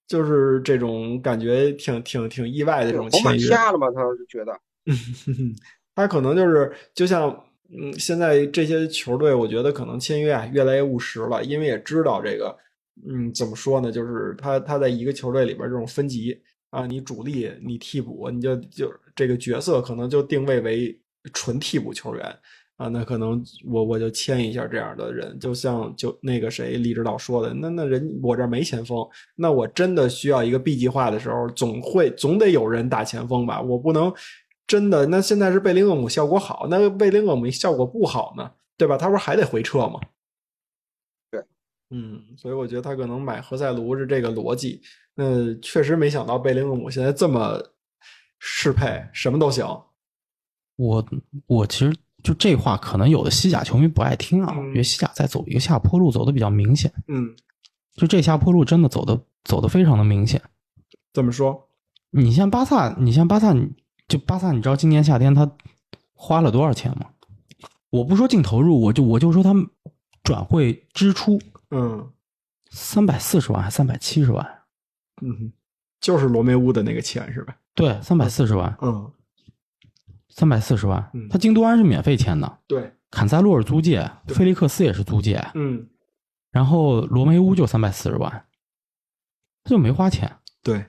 Speaker 2: 就是这种感觉挺挺挺意外的这种
Speaker 3: 皇马
Speaker 2: 签约。
Speaker 3: 瞎了吗？他是觉得，
Speaker 2: 他可能就是就像嗯，现在这些球队，我觉得可能签约啊越来越务实了，因为也知道这个，嗯，怎么说呢？就是他他在一个球队里边这种分级啊，你主力，你替补，你就就这个角色可能就定位为纯替补球员啊，那可能我我就签一下这样的人，就像就那个谁李指导说的，那那人我这儿没前锋，那我真的需要一个 B 计划的时候，总会总得有人打前锋吧，我不能。真的，那现在是贝林厄姆效果好，那贝林厄姆效果不好呢，对吧？他不是还得回撤吗？
Speaker 3: 对，
Speaker 2: 嗯，所以我觉得他可能买何塞卢是这个逻辑。那确实没想到贝林厄姆现在这么适配，什么都行。
Speaker 1: 我我其实就这话，可能有的西甲球迷不爱听啊。
Speaker 2: 嗯、
Speaker 1: 我觉得西甲在走一个下坡路，走的比较明显。
Speaker 2: 嗯，
Speaker 1: 就这下坡路真的走的走的非常的明显。
Speaker 2: 怎么说？
Speaker 1: 你像巴萨，你像巴萨，就巴萨，你知道今年夏天他花了多少钱吗？我不说净投入，我就我就说他转会支出，
Speaker 2: 嗯，
Speaker 1: 三百四十万还三百七十万，
Speaker 2: 嗯，就是罗梅乌的那个钱是吧？
Speaker 1: 对，三百四十万，
Speaker 2: 嗯，
Speaker 1: 三百四十万，
Speaker 2: 嗯，
Speaker 1: 他京多安是免费签的，
Speaker 2: 对，
Speaker 1: 坎塞洛是租借，菲利克斯也是租借，
Speaker 2: 嗯，
Speaker 1: 然后罗梅乌就三百四十万，他就没花钱，
Speaker 2: 对。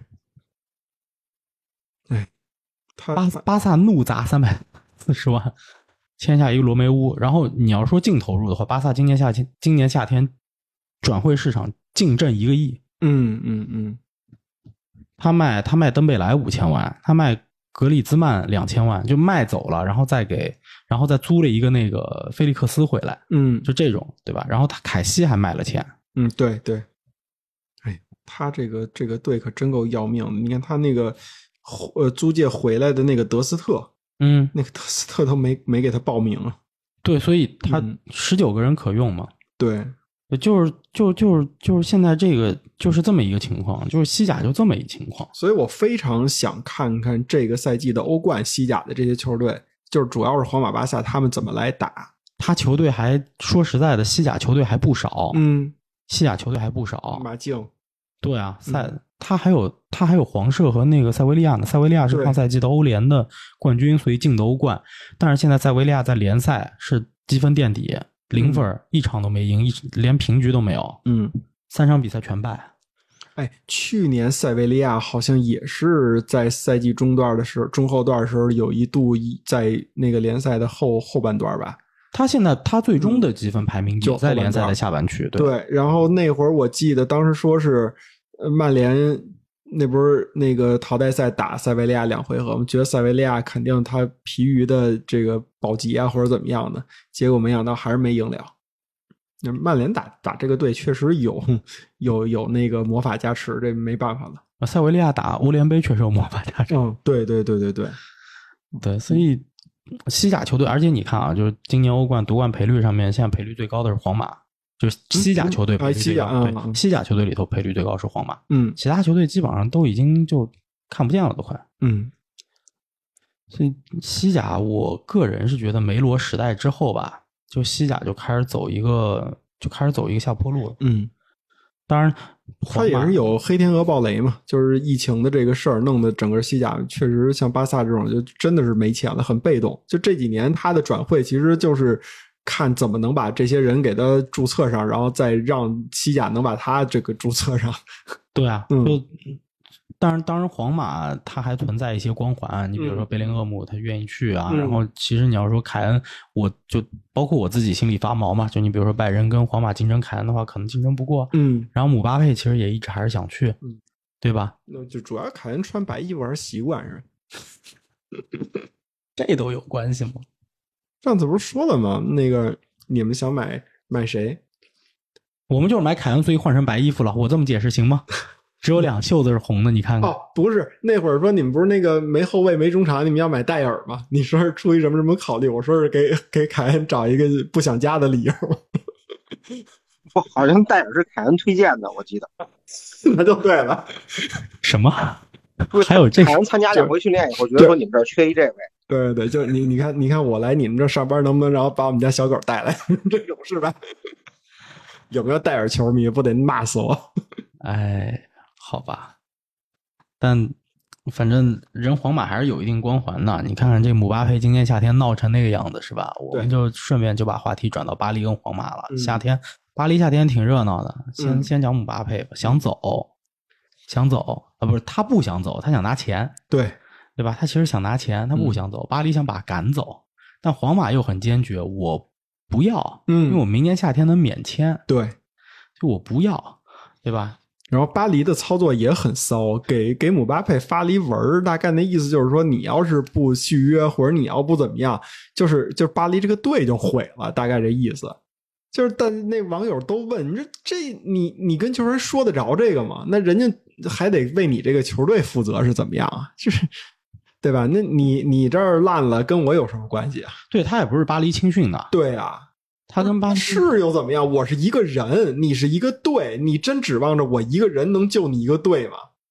Speaker 2: 哎，他
Speaker 1: 巴巴萨怒砸三百四十万，签下一个罗梅乌。然后你要说净投入的话，巴萨今年夏天今年夏天转会市场净挣一个亿。
Speaker 2: 嗯嗯嗯，
Speaker 1: 他卖他卖登贝莱五千万，他卖格里兹曼两千万，就卖走了，然后再给，然后再租了一个那个菲利克斯回来。
Speaker 2: 嗯，
Speaker 1: 就这种对吧？然后他凯西还卖了钱。
Speaker 2: 嗯，对对。哎，他这个这个队可真够要命的。你看他那个。呃，租借回来的那个德斯特，
Speaker 1: 嗯，
Speaker 2: 那个德斯特都没没给他报名啊。
Speaker 1: 对，所以他十九个人可用嘛。
Speaker 2: 对，
Speaker 1: 就是就就是就是现在这个就是这么一个情况，就是西甲就这么一情况。
Speaker 2: 所以我非常想看看这个赛季的欧冠、西甲的这些球队，就是主要是皇马、巴萨他们怎么来打。
Speaker 1: 他球队还说实在的，西甲球队还不少。
Speaker 2: 嗯，
Speaker 1: 西甲球队还不少。
Speaker 2: 马竞。
Speaker 1: 对啊，赛、嗯、他还有他还有黄社和那个塞维利亚呢。塞维利亚是上赛季的欧联的冠军，所以进的欧冠。但是现在塞维利亚在联赛是积分垫底，零分、嗯，一场都没赢，一连平局都没有。
Speaker 2: 嗯，
Speaker 1: 三场比赛全败。
Speaker 2: 哎，去年塞维利亚好像也是在赛季中段的时候、中后段的时候，有一度在那个联赛的后后半段吧。
Speaker 1: 他现在他最终的积分排名就在联赛的下半区。对，
Speaker 2: 对，然后那会儿我记得当时说是。曼联那不是那个淘汰赛打塞维利亚两回合吗？觉得塞维利亚肯定他疲于的这个保级啊或者怎么样的，结果没想到还是没赢了。那曼联打打这个队确实有有有那个魔法加持，这没办法了。
Speaker 1: 塞维利亚打欧联杯确实有魔法加持。
Speaker 2: 嗯，对对对对对
Speaker 1: 对，所以西甲球队，而且你看啊，就是今年欧冠夺冠赔率上面，现在赔率最高的是皇马。就是西甲球队赔率最高，
Speaker 2: 嗯
Speaker 1: 对，西甲球队里头赔率最高是皇马，
Speaker 2: 嗯，
Speaker 1: 其他球队基本上都已经就看不见了，都快，
Speaker 2: 嗯，
Speaker 1: 所以西甲我个人是觉得梅罗时代之后吧，就西甲就开始走一个就开始走一个下坡路了，
Speaker 2: 嗯，
Speaker 1: 当然
Speaker 2: 他也是有黑天鹅暴雷嘛，就是疫情的这个事儿弄得整个西甲确实像巴萨这种就真的是没钱了，很被动，就这几年他的转会其实就是看怎么能把这些人给他注册上，然后再让西甲能把他这个注册上。
Speaker 1: 对啊，
Speaker 2: 嗯，
Speaker 1: 就当然，当然，皇马他还存在一些光环，你比如说贝林厄姆，他愿意去啊。
Speaker 2: 嗯、
Speaker 1: 然后，其实你要说凯恩，我就包括我自己心里发毛嘛。就你比如说拜仁跟皇马竞争凯恩的话，可能竞争不过。
Speaker 2: 嗯，
Speaker 1: 然后姆巴佩其实也一直还是想去，
Speaker 2: 嗯，
Speaker 1: 对吧？
Speaker 2: 那就主要凯恩穿白衣服还是习惯是吧？
Speaker 1: 这都有关系吗？
Speaker 2: 上次不是说了吗？那个你们想买买谁？
Speaker 1: 我们就是买凯恩，所以换成白衣服了。我这么解释行吗？只有两袖子是红的，你看看。
Speaker 2: 哦，不是，那会儿说你们不是那个没后卫没中场，你们要买戴尔吗？你说是出于什么什么考虑？我说是给给凯恩找一个不想加的理由。
Speaker 3: 我好像戴尔是凯恩推荐的，我记得。
Speaker 2: 那就对了。
Speaker 1: 什么？还有这个？
Speaker 3: 凯恩参加两回训练以后，觉得说你们这儿缺一这位。
Speaker 2: 对对，就你你看你看我来你们这上班能不能然后把我们家小狗带来？这种是吧？有没有戴尔球迷不得骂死我？
Speaker 1: 哎，好吧。 但反正人皇马还是有一定光环的。你看看这姆巴佩今年夏天闹成那个样子是吧？我们就顺便就把话题转到巴黎跟皇马了。
Speaker 2: 嗯、
Speaker 1: 夏天巴黎夏天挺热闹的，先、
Speaker 2: 嗯、
Speaker 1: 先讲姆巴佩吧，想走想走啊，不是他不想走，他想拿钱，
Speaker 2: 对
Speaker 1: 对吧？他其实想拿钱，他不想走，嗯、巴黎想把他赶走，但皇马又很坚决，我不要，
Speaker 2: 嗯，
Speaker 1: 因为我明年夏天能免签，
Speaker 2: 对，
Speaker 1: 就我不要，对吧？
Speaker 2: 然后巴黎的操作也很骚，给给姆巴佩发了一文，大概那意思就是说，你要是不续约或者你要不怎么样，就是就是巴黎这个队就毁了，大概这意思。就是但那网友都问，你说这你你跟球员说得着这个吗？那人家还得为你这个球队负责是怎么样啊？就是对吧？那你你这儿烂了，跟我有什么关系啊？
Speaker 1: 对，他也不是巴黎青训的，
Speaker 2: 对啊。
Speaker 1: 他跟巴黎
Speaker 2: 是又怎么样？我是一个人，你是一个队，你真指望着我一个人能救你一个队吗？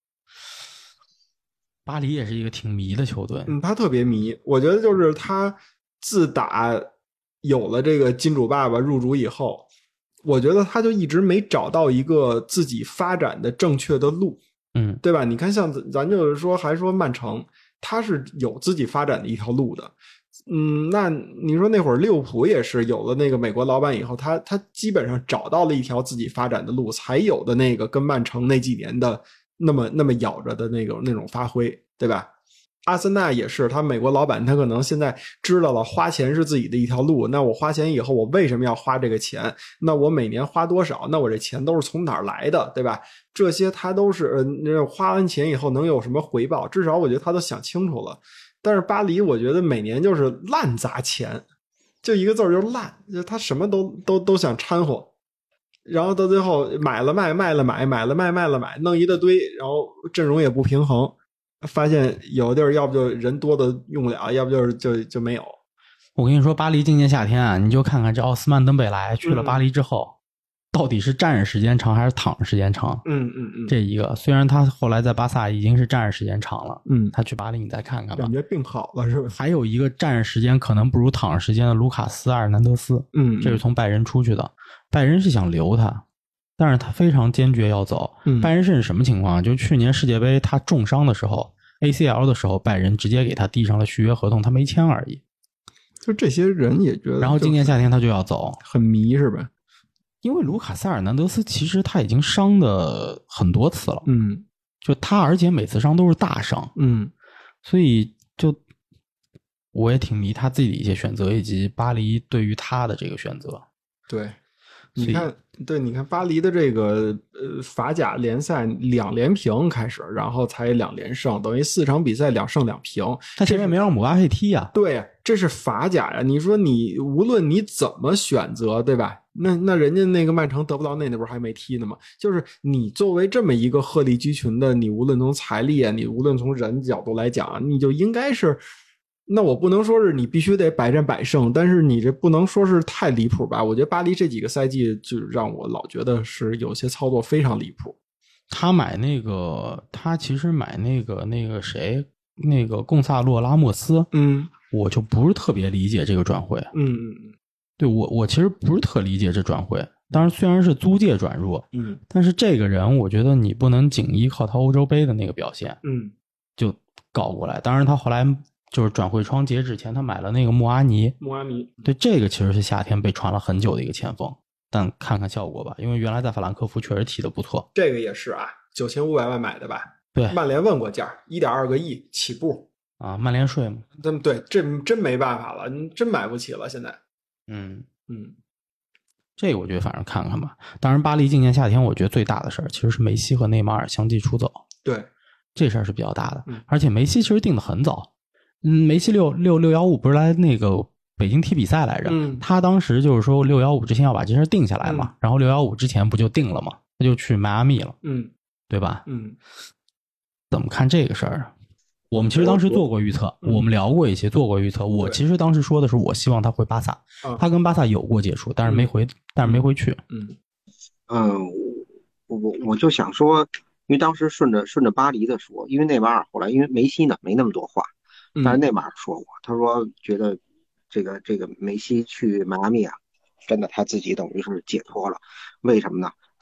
Speaker 1: 巴黎也是一个挺迷的球队，
Speaker 2: 嗯，他特别迷。我觉得就是他自打有了这个金主爸爸入主以后，我觉得他就一直没找到一个自己发展的正确的路，
Speaker 1: 嗯，
Speaker 2: 对吧？你看，像咱就是说，还说曼城，他是有自己发展的一条路的。嗯，那你说那会儿利物浦也是有了那个美国老板以后，他他基本上找到了一条自己发展的路，才有的那个跟曼城那几年的那么那么咬着的那个那种发挥，对吧？阿森纳也是，他美国老板他可能现在知道了花钱是自己的一条路，那我花钱以后我为什么要花这个钱？那我每年花多少？那我这钱都是从哪儿来的，对吧？这些他都是呃花完钱以后能有什么回报？至少我觉得他都想清楚了。但是巴黎我觉得每年就是烂砸钱，就一个字儿就是烂，就他什么都都都想掺和，然后到最后买了卖，卖了买，买了卖，卖了买，弄一大堆，然后阵容也不平衡，发现有的地儿要不就人多的用不了，要不就是就就没有。
Speaker 1: 我跟你说，巴黎今年夏天啊，你就看看这奥斯曼登贝莱去了巴黎之后，嗯、到底是站着时间长还是躺着时间长？
Speaker 2: 嗯嗯嗯，
Speaker 1: 这一个虽然他后来在巴萨已经是站着时间长了，
Speaker 2: 嗯，
Speaker 1: 他去巴黎你再看看吧，
Speaker 2: 感觉病好了是吧？
Speaker 1: 还有一个站着时间可能不如躺着时间的卢卡斯·阿尔南德斯，
Speaker 2: 嗯，
Speaker 1: 这是从拜仁出去的，拜仁是想留他，但是他非常坚决要走。
Speaker 2: 嗯，
Speaker 1: 拜仁是什么情况？就去年世界杯他重伤的时候 A C L 的时候，拜仁直接给他递上了续约合同，他没签而已。
Speaker 2: 就这些人也觉得，
Speaker 1: 然后今年夏天他就要走，
Speaker 2: 很迷是吧？
Speaker 1: 因为卢卡斯·尔南德斯其实他已经伤的很多次了，
Speaker 2: 嗯，
Speaker 1: 就他而且每次伤都是大伤，
Speaker 2: 嗯，
Speaker 1: 所以就我也挺迷他自己的一些选择，以及巴黎对于他的这个选择。
Speaker 2: 对，你看，对，你看巴黎的这个呃法甲联赛两连平开始，然后才两连胜，等于四场比赛两胜两平。
Speaker 1: 他前面没让姆巴佩踢呀、啊？
Speaker 2: 对呀，这是法甲呀。你说你无论你怎么选择，对吧？那那人家那个曼城得不到那那不是还没踢呢吗？就是你作为这么一个鹤立鸡群的，你无论从财力啊，你无论从人角度来讲，你就应该是。那我不能说是你必须得百战百胜，但是你这不能说是太离谱吧？我觉得巴黎这几个赛季就让我老觉得是有些操作非常离谱。
Speaker 1: 他买那个，他其实买那个那个谁，那个贡萨洛拉莫斯，
Speaker 2: 嗯，
Speaker 1: 我就不是特别理解这个转会。
Speaker 2: 嗯嗯嗯，
Speaker 1: 对我我其实不是特理解这转会。当然虽然是租借转入，
Speaker 2: 嗯，
Speaker 1: 但是这个人我觉得你不能仅依靠他欧洲杯的那个表现，
Speaker 2: 嗯，
Speaker 1: 就搞过来。当然他后来。就是转会窗截止前，他买了那个穆阿尼。
Speaker 2: 穆阿尼，
Speaker 1: 对，这个其实是夏天被传了很久的一个前锋，但看看效果吧，因为原来在法兰克福确实踢得不错。
Speaker 2: 这个也是啊，九千五百万买的吧？
Speaker 1: 对，
Speaker 2: 曼联问过价，一点二个亿起步
Speaker 1: 啊，曼联税嘛。
Speaker 2: 对对，这真没办法了，真买不起了，现在。
Speaker 1: 嗯
Speaker 2: 嗯，
Speaker 1: 这个我觉得反正看看吧。当然，巴黎今年夏天我觉得最大的事儿其实是梅西和内马尔相继出走。
Speaker 2: 对，
Speaker 1: 这事儿是比较大的，
Speaker 2: 嗯、
Speaker 1: 而且梅西其实定得很早。嗯，梅西六六六幺五不是来那个北京踢比赛来着？
Speaker 2: 嗯，
Speaker 1: 他当时就是说六幺五之前要把这事定下来嘛，嗯、然后六幺五之前不就定了嘛，他就去迈阿密了，
Speaker 2: 嗯，
Speaker 1: 对吧？
Speaker 2: 嗯，
Speaker 1: 怎么看这个事儿？我们其实当时做过预测，我, 我, 我们聊过一些，做过预测。我其实当时说的是，我希望他回巴萨，他跟巴萨有过接触，但是没回，嗯、但是没回去。
Speaker 2: 嗯
Speaker 3: 嗯，我我我就想说，因为当时顺着顺着巴黎的说，因为内马尔后来因为梅西呢没那么多话。但是内马尔说过，他说觉得这个这个梅西去迈阿密啊，真的他自己等于是解脱了。为什么呢？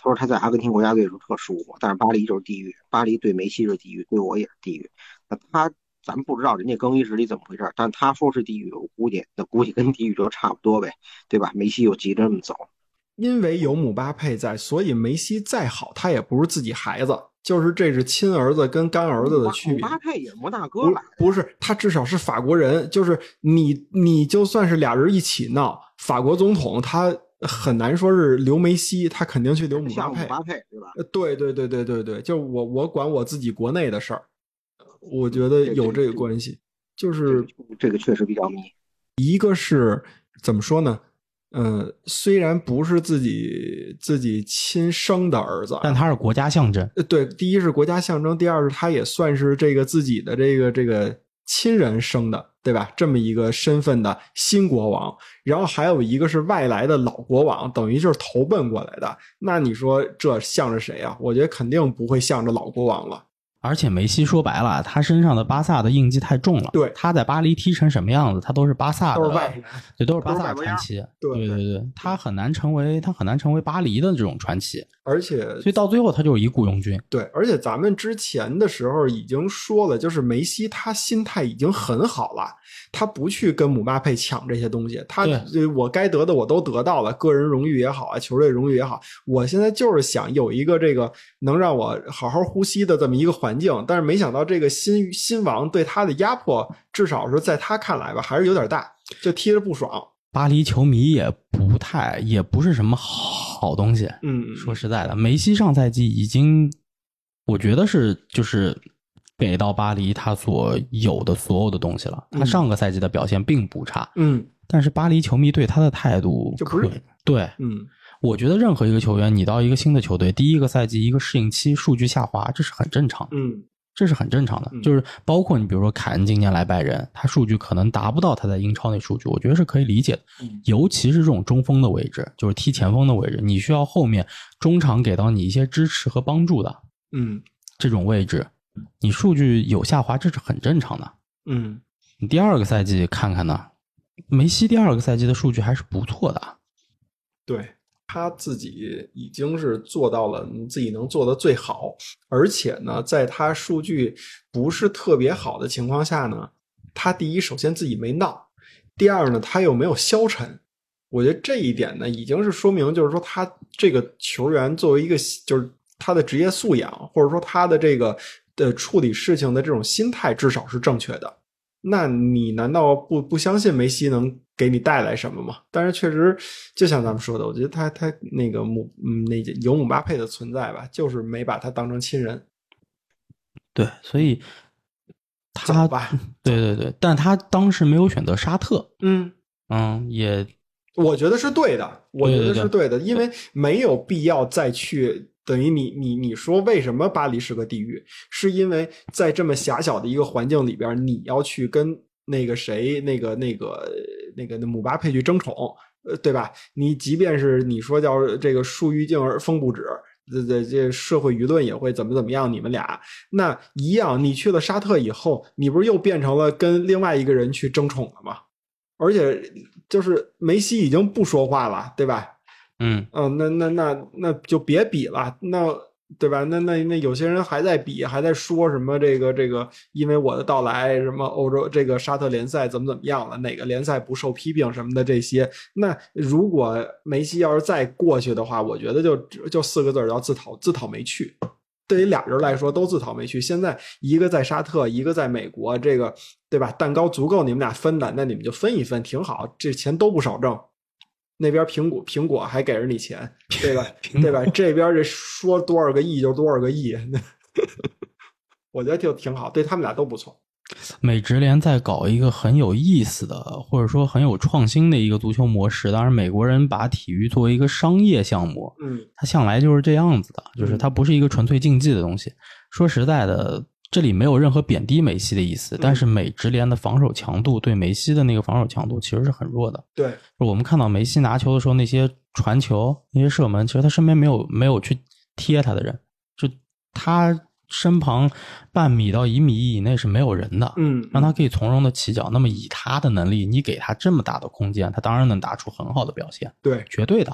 Speaker 3: 他说他在阿根廷国家队的时候特舒服，但是巴黎就是地狱，巴黎对梅西是地狱，对我也是地狱。那他咱们不知道人家更衣室里怎么回事，但他说是地狱，我估计那估计跟地狱就差不多呗，对吧？梅西又急着这么走。
Speaker 2: 因为有姆巴佩在，所以梅西再好，他也不是自己孩子，就是这是亲儿子跟干儿子的区别。
Speaker 3: 姆巴佩也是摩纳哥来的，
Speaker 2: 不是，他至少是法国人，就是你你就算是俩人一起闹，法国总统他很难说是留梅西，他肯定去留姆巴佩。
Speaker 3: 姆巴佩对吧？
Speaker 2: 对对对对对对，就是我我管我自己国内的事儿，我觉得有这个关系，就是
Speaker 3: 这个确实比较迷。
Speaker 2: 一个是怎么说呢？呃，虽然不是自己自己亲生的儿子，
Speaker 1: 但他是国家象征。
Speaker 2: 对，第一是国家象征，第二是他也算是这个自己的这个这个亲人生的，对吧？这么一个身份的新国王，然后还有一个是外来的老国王，等于就是投奔过来的。那你说这向着谁啊？我觉得肯定不会向着老国王了。
Speaker 1: 而且梅西说白了，他身上的巴萨的印记太重了。
Speaker 2: 对，
Speaker 1: 他在巴黎踢成什么样子，他都是巴萨的，
Speaker 2: 都是外人，
Speaker 1: 对，都是巴萨的传奇。
Speaker 2: 对
Speaker 1: 对对对，他很难成为他很难成为巴黎的这种传奇。
Speaker 2: 而且，
Speaker 1: 所以到最后他就是一雇佣军。
Speaker 2: 对，而且咱们之前的时候已经说了，就是梅西他心态已经很好了，他不去跟姆巴佩抢这些东西，他我该得的我都得到了，个人荣誉也好啊，球队荣誉也好，我现在就是想有一个这个能让我好好呼吸的这么一个环境，但是没想到这个新新王对他的压迫，至少是在他看来吧，还是有点大，就踢着不爽。
Speaker 1: 巴黎球迷也不太，也不是什么好东西。
Speaker 2: 嗯，
Speaker 1: 说实在的，梅西上赛季已经，我觉得是就是给到巴黎他所有的所有的东西了。他上个赛季的表现并不差，
Speaker 2: 嗯，
Speaker 1: 但是巴黎球迷对他的态度
Speaker 2: 就不是
Speaker 1: 对，
Speaker 2: 嗯，
Speaker 1: 我觉得任何一个球员，你到一个新的球队，第一个赛季一个适应期，数据下滑，这是很正常的。
Speaker 2: 嗯。
Speaker 1: 这是很正常的，就是包括你比如说凯恩今年来拜仁，他数据可能达不到他在英超那数据，我觉得是可以理解的。尤其是这种中锋的位置，就是踢前锋的位置，你需要后面中场给到你一些支持和帮助的，
Speaker 2: 嗯，
Speaker 1: 这种位置，你数据有下滑，这是很正常的。
Speaker 2: 嗯，
Speaker 1: 你第二个赛季看看呢，梅西第二个赛季的数据还是不错的。
Speaker 2: 对。他自己已经是做到了自己能做的最好，而且呢，在他数据不是特别好的情况下呢，他第一首先自己没闹，第二呢，他又没有消沉。我觉得这一点呢，已经是说明，就是说他这个球员作为一个，就是他的职业素养，或者说他的这个的处理事情的这种心态，至少是正确的。那你难道不不相信梅西能给你带来什么吗？但是确实，就像咱们说的，我觉得他他那个姆嗯那有姆巴佩的存在吧，就是没把他当成亲人。
Speaker 1: 对，所以他
Speaker 2: 吧，
Speaker 1: 对对对，但他当时没有选择沙特，
Speaker 2: 嗯
Speaker 1: 嗯，也
Speaker 2: 我觉得是对的，我觉得是对的，
Speaker 1: 对对对
Speaker 2: 因为没有必要再去。等于你你你说为什么巴黎是个地狱？是因为在这么狭小的一个环境里边，你要去跟那个谁那个那个那个那姆巴佩去争宠，呃，对吧？你即便是你说叫这个树欲静而风不止，这这这社会舆论也会怎么怎么样，你们俩那一样，你去了沙特以后，你不是又变成了跟另外一个人去争宠了吗？而且就是梅西已经不说话了，对吧？
Speaker 1: 嗯
Speaker 2: 嗯，那那那那就别比了，那对吧？那那那有些人还在比，还在说什么这个这个，因为我的到来，什么欧洲这个沙特联赛怎么怎么样了，哪个联赛不受批评什么的这些。那如果梅西要是再过去的话，我觉得就就四个字叫自讨自讨没趣。对于俩人来说都自讨没趣。现在一个在沙特，一个在美国，这个对吧？蛋糕足够你们俩分的，那你们就分一分，挺好，这钱都不少挣。那边苹果苹果还给着你钱，对吧？对吧？这边这说多少个亿就多少个亿，我觉得就挺好，对他们俩都不错。
Speaker 1: 美职联在搞一个很有意思的，或者说很有创新的一个足球模式。当然，美国人把体育作为一个商业项目，
Speaker 2: 嗯，
Speaker 1: 它向来就是这样子的，就是它不是一个纯粹竞技的东西。说实在的，这里没有任何贬低梅西的意思，但是美职联的防守强度对梅西的那个防守强度其实是很弱的。
Speaker 2: 对，
Speaker 1: 我们看到梅西拿球的时候，那些传球、那些射门，其实他身边没有没有去贴他的人，就他身旁半米到一米以内是没有人的，
Speaker 2: 嗯，
Speaker 1: 让他可以从容的起脚。那么以他的能力，你给他这么大的空间，他当然能打出很好的表现，
Speaker 2: 对，
Speaker 1: 绝对的。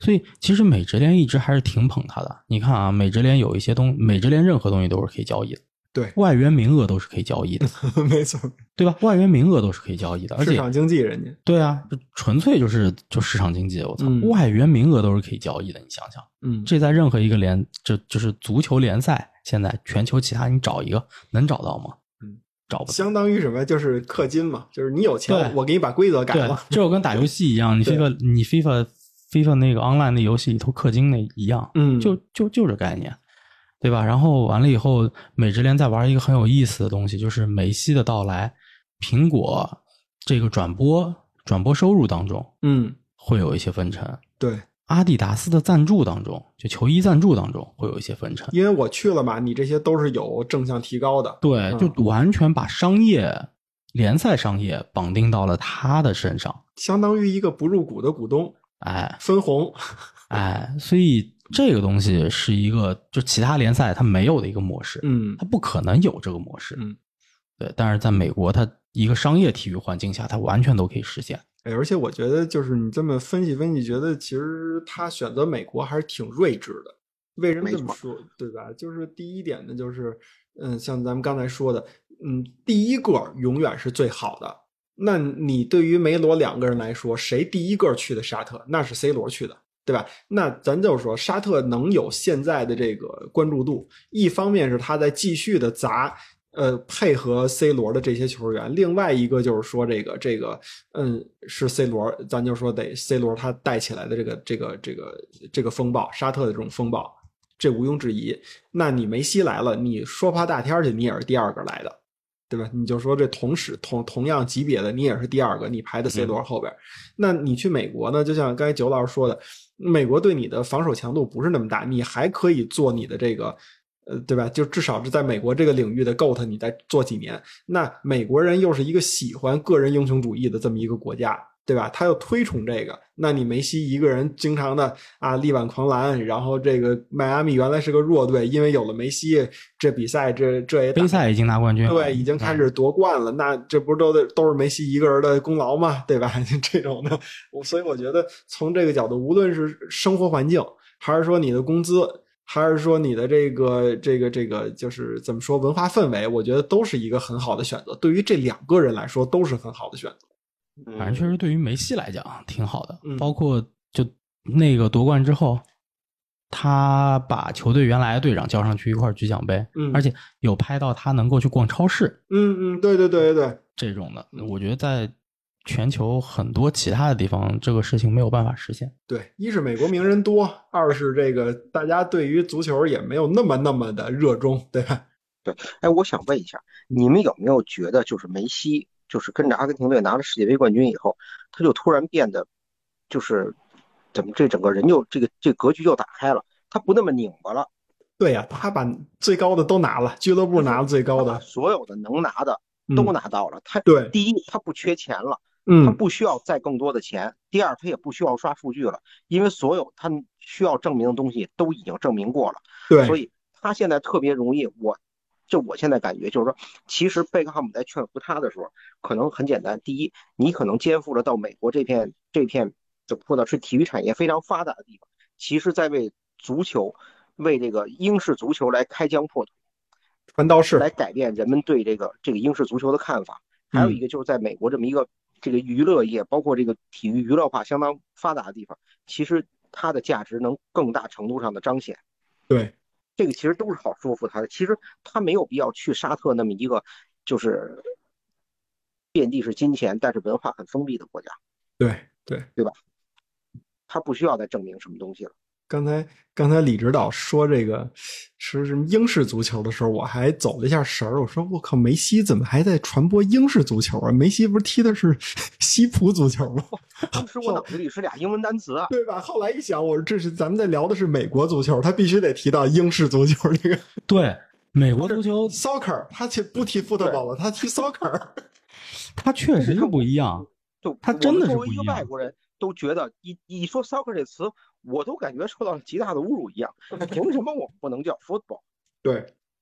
Speaker 1: 所以其实美职联一直还是挺捧他的。你看啊，美职联有一些东，美职联任何东西都是可以交易的。
Speaker 2: 对，
Speaker 1: 外援名额都是可以交易的。
Speaker 2: 没错，
Speaker 1: 对吧？外援名额都是可以交易的，而且
Speaker 2: 市场经济人家。
Speaker 1: 对啊，纯粹就是就市场经济。我操，
Speaker 2: 嗯、
Speaker 1: 外援名额都是可以交易的，你想想，
Speaker 2: 嗯，
Speaker 1: 这在任何一个联，这就是足球联赛，现在全球其他你找一个能找到吗？
Speaker 2: 嗯，
Speaker 1: 找不到。
Speaker 2: 相当于什么？就是氪金嘛，就是你有钱，我给你把规则改了。
Speaker 1: 这就跟打游戏一样，你 FIFA 你 FIFA FIFA 那个 online 的游戏里头氪金那一样，
Speaker 2: 嗯，
Speaker 1: 就就就这概念。对吧？然后完了以后，美职联在玩一个很有意思的东西，就是梅西的到来，苹果这个转播转播收入当中，
Speaker 2: 嗯，
Speaker 1: 会有一些分成。
Speaker 2: 对，
Speaker 1: 阿迪达斯的赞助当中，就球衣赞助当中会有一些分成。
Speaker 2: 因为我去了嘛，你这些都是有正向提高的。
Speaker 1: 对，
Speaker 2: 嗯、
Speaker 1: 就完全把商业联赛商业绑定到了他的身上，
Speaker 2: 相当于一个不入股的股东，
Speaker 1: 哎，
Speaker 2: 分红，
Speaker 1: 哎，所以。这个东西是一个就其他联赛它没有的一个模式，
Speaker 2: 嗯，
Speaker 1: 它不可能有这个模式，
Speaker 2: 嗯，
Speaker 1: 对。但是在美国，它一个商业体育环境下，它完全都可以实现。
Speaker 2: 哎，而且我觉得就是你这么分析分析，觉得其实他选择美国还是挺睿智的。为什么这么说？对吧？就是第一点呢，就是嗯，像咱们刚才说的，嗯，第一个永远是最好的。那你对于梅罗两个人来说，谁第一个去的沙特？那是 C 罗去的。对吧？那咱就说沙特能有现在的这个关注度，一方面是他在继续的砸，呃，配合 C 罗的这些球员；另外一个就是说这个这个，嗯，是 C 罗，咱就说得 C 罗他带起来的这个这个这个这个风暴，沙特的这种风暴，这毋庸置疑。那你梅西来了，你说爬大天去，你也是第二个来的。对吧？你就说这同时同同样级别的，你也是第二个，你排的 C 罗后边、嗯。那你去美国呢？就像刚才九老师说的，美国对你的防守强度不是那么大，你还可以做你的这个，呃，对吧？就至少是在美国这个领域的 G O A T， 你再做几年。那美国人又是一个喜欢个人英雄主义的这么一个国家。对吧？他又推崇这个，那你梅西一个人经常的啊力挽狂澜，然后这个迈阿密原来是个弱队，因为有了梅西，这比赛这这也
Speaker 1: 杯赛已经拿冠军了，
Speaker 2: 对，已经开始夺冠了。嗯、那这不都都是梅西一个人的功劳吗？对吧？这种的，所以我觉得从这个角度，无论是生活环境，还是说你的工资，还是说你的这个这个这个就是怎么说文化氛围，我觉得都是一个很好的选择。对于这两个人来说，都是很好的选择。
Speaker 1: 反正确实对于梅西来讲挺好的、
Speaker 2: 嗯、
Speaker 1: 包括就那个夺冠之后，他把球队原来的队长叫上去一块举奖杯、
Speaker 2: 嗯、
Speaker 1: 而且有拍到他能够去逛超市，
Speaker 2: 嗯嗯，对对对对对，
Speaker 1: 这种的我觉得在全球很多其他的地方这个事情没有办法实现。
Speaker 2: 对，一是美国名人多，二是这个大家对于足球也没有那么那么的热衷，对吧？
Speaker 3: 对，哎，我想问一下，你们有没有觉得就是梅西就是跟着阿根廷队拿了世界杯冠军以后，他就突然变得，就是怎么这整个人就这个这格局就打开了，他不那么拧巴了。
Speaker 2: 对呀、啊，他把最高的都拿了，俱乐部拿了最高的，
Speaker 3: 所有的能拿的都拿到了。嗯、他
Speaker 2: 对，
Speaker 3: 第一，他不缺钱了，
Speaker 2: 嗯，
Speaker 3: 他不需要再更多的钱。第二，他也不需要刷数据了，因为所有他需要证明的东西都已经证明过了。
Speaker 2: 对，
Speaker 3: 所以他现在特别容易我。就我现在感觉就是说，其实贝克汉姆在劝服他的时候，可能很简单。第一，你可能肩负了到美国这片这片就说到是体育产业非常发达的地方，其实在为足球、为这个英式足球来开疆拓土，
Speaker 2: 传道士
Speaker 3: 来改变人们对这个这个英式足球的看法。还有一个就是在美国这么一个这个娱乐业，包括这个体育娱乐化相当发达的地方，其实它的价值能更大程度上的彰显。
Speaker 2: 对。
Speaker 3: 这个其实都是好说服他的，其实他没有必要去沙特那么一个就是遍地是金钱，但是文化很封闭的国家。
Speaker 2: 对对
Speaker 3: 对吧？他不需要再证明什么东西了。
Speaker 2: 刚才刚才李指导说这个是什么英式足球的时候，我还走了一下神儿。我说我靠，梅西怎么还在传播英式足球啊？梅西不是踢的是西葡足球吗？
Speaker 3: 当时我脑子里是俩英文单词啊，
Speaker 2: 对吧？后来一想，我说这是咱们在聊的是美国足球，他必须得提到英式足球这个。
Speaker 1: 对，美国足球
Speaker 2: soccer， 他其实不踢 football 了，他踢 soccer，
Speaker 1: 他确实是不一样。
Speaker 3: 就
Speaker 1: 他真的是不一样。
Speaker 3: 作为一个外国人都觉得一一说 soccer 这词，我都感觉受到了极大的侮辱一样。凭什么我们不能叫 football？
Speaker 2: 对，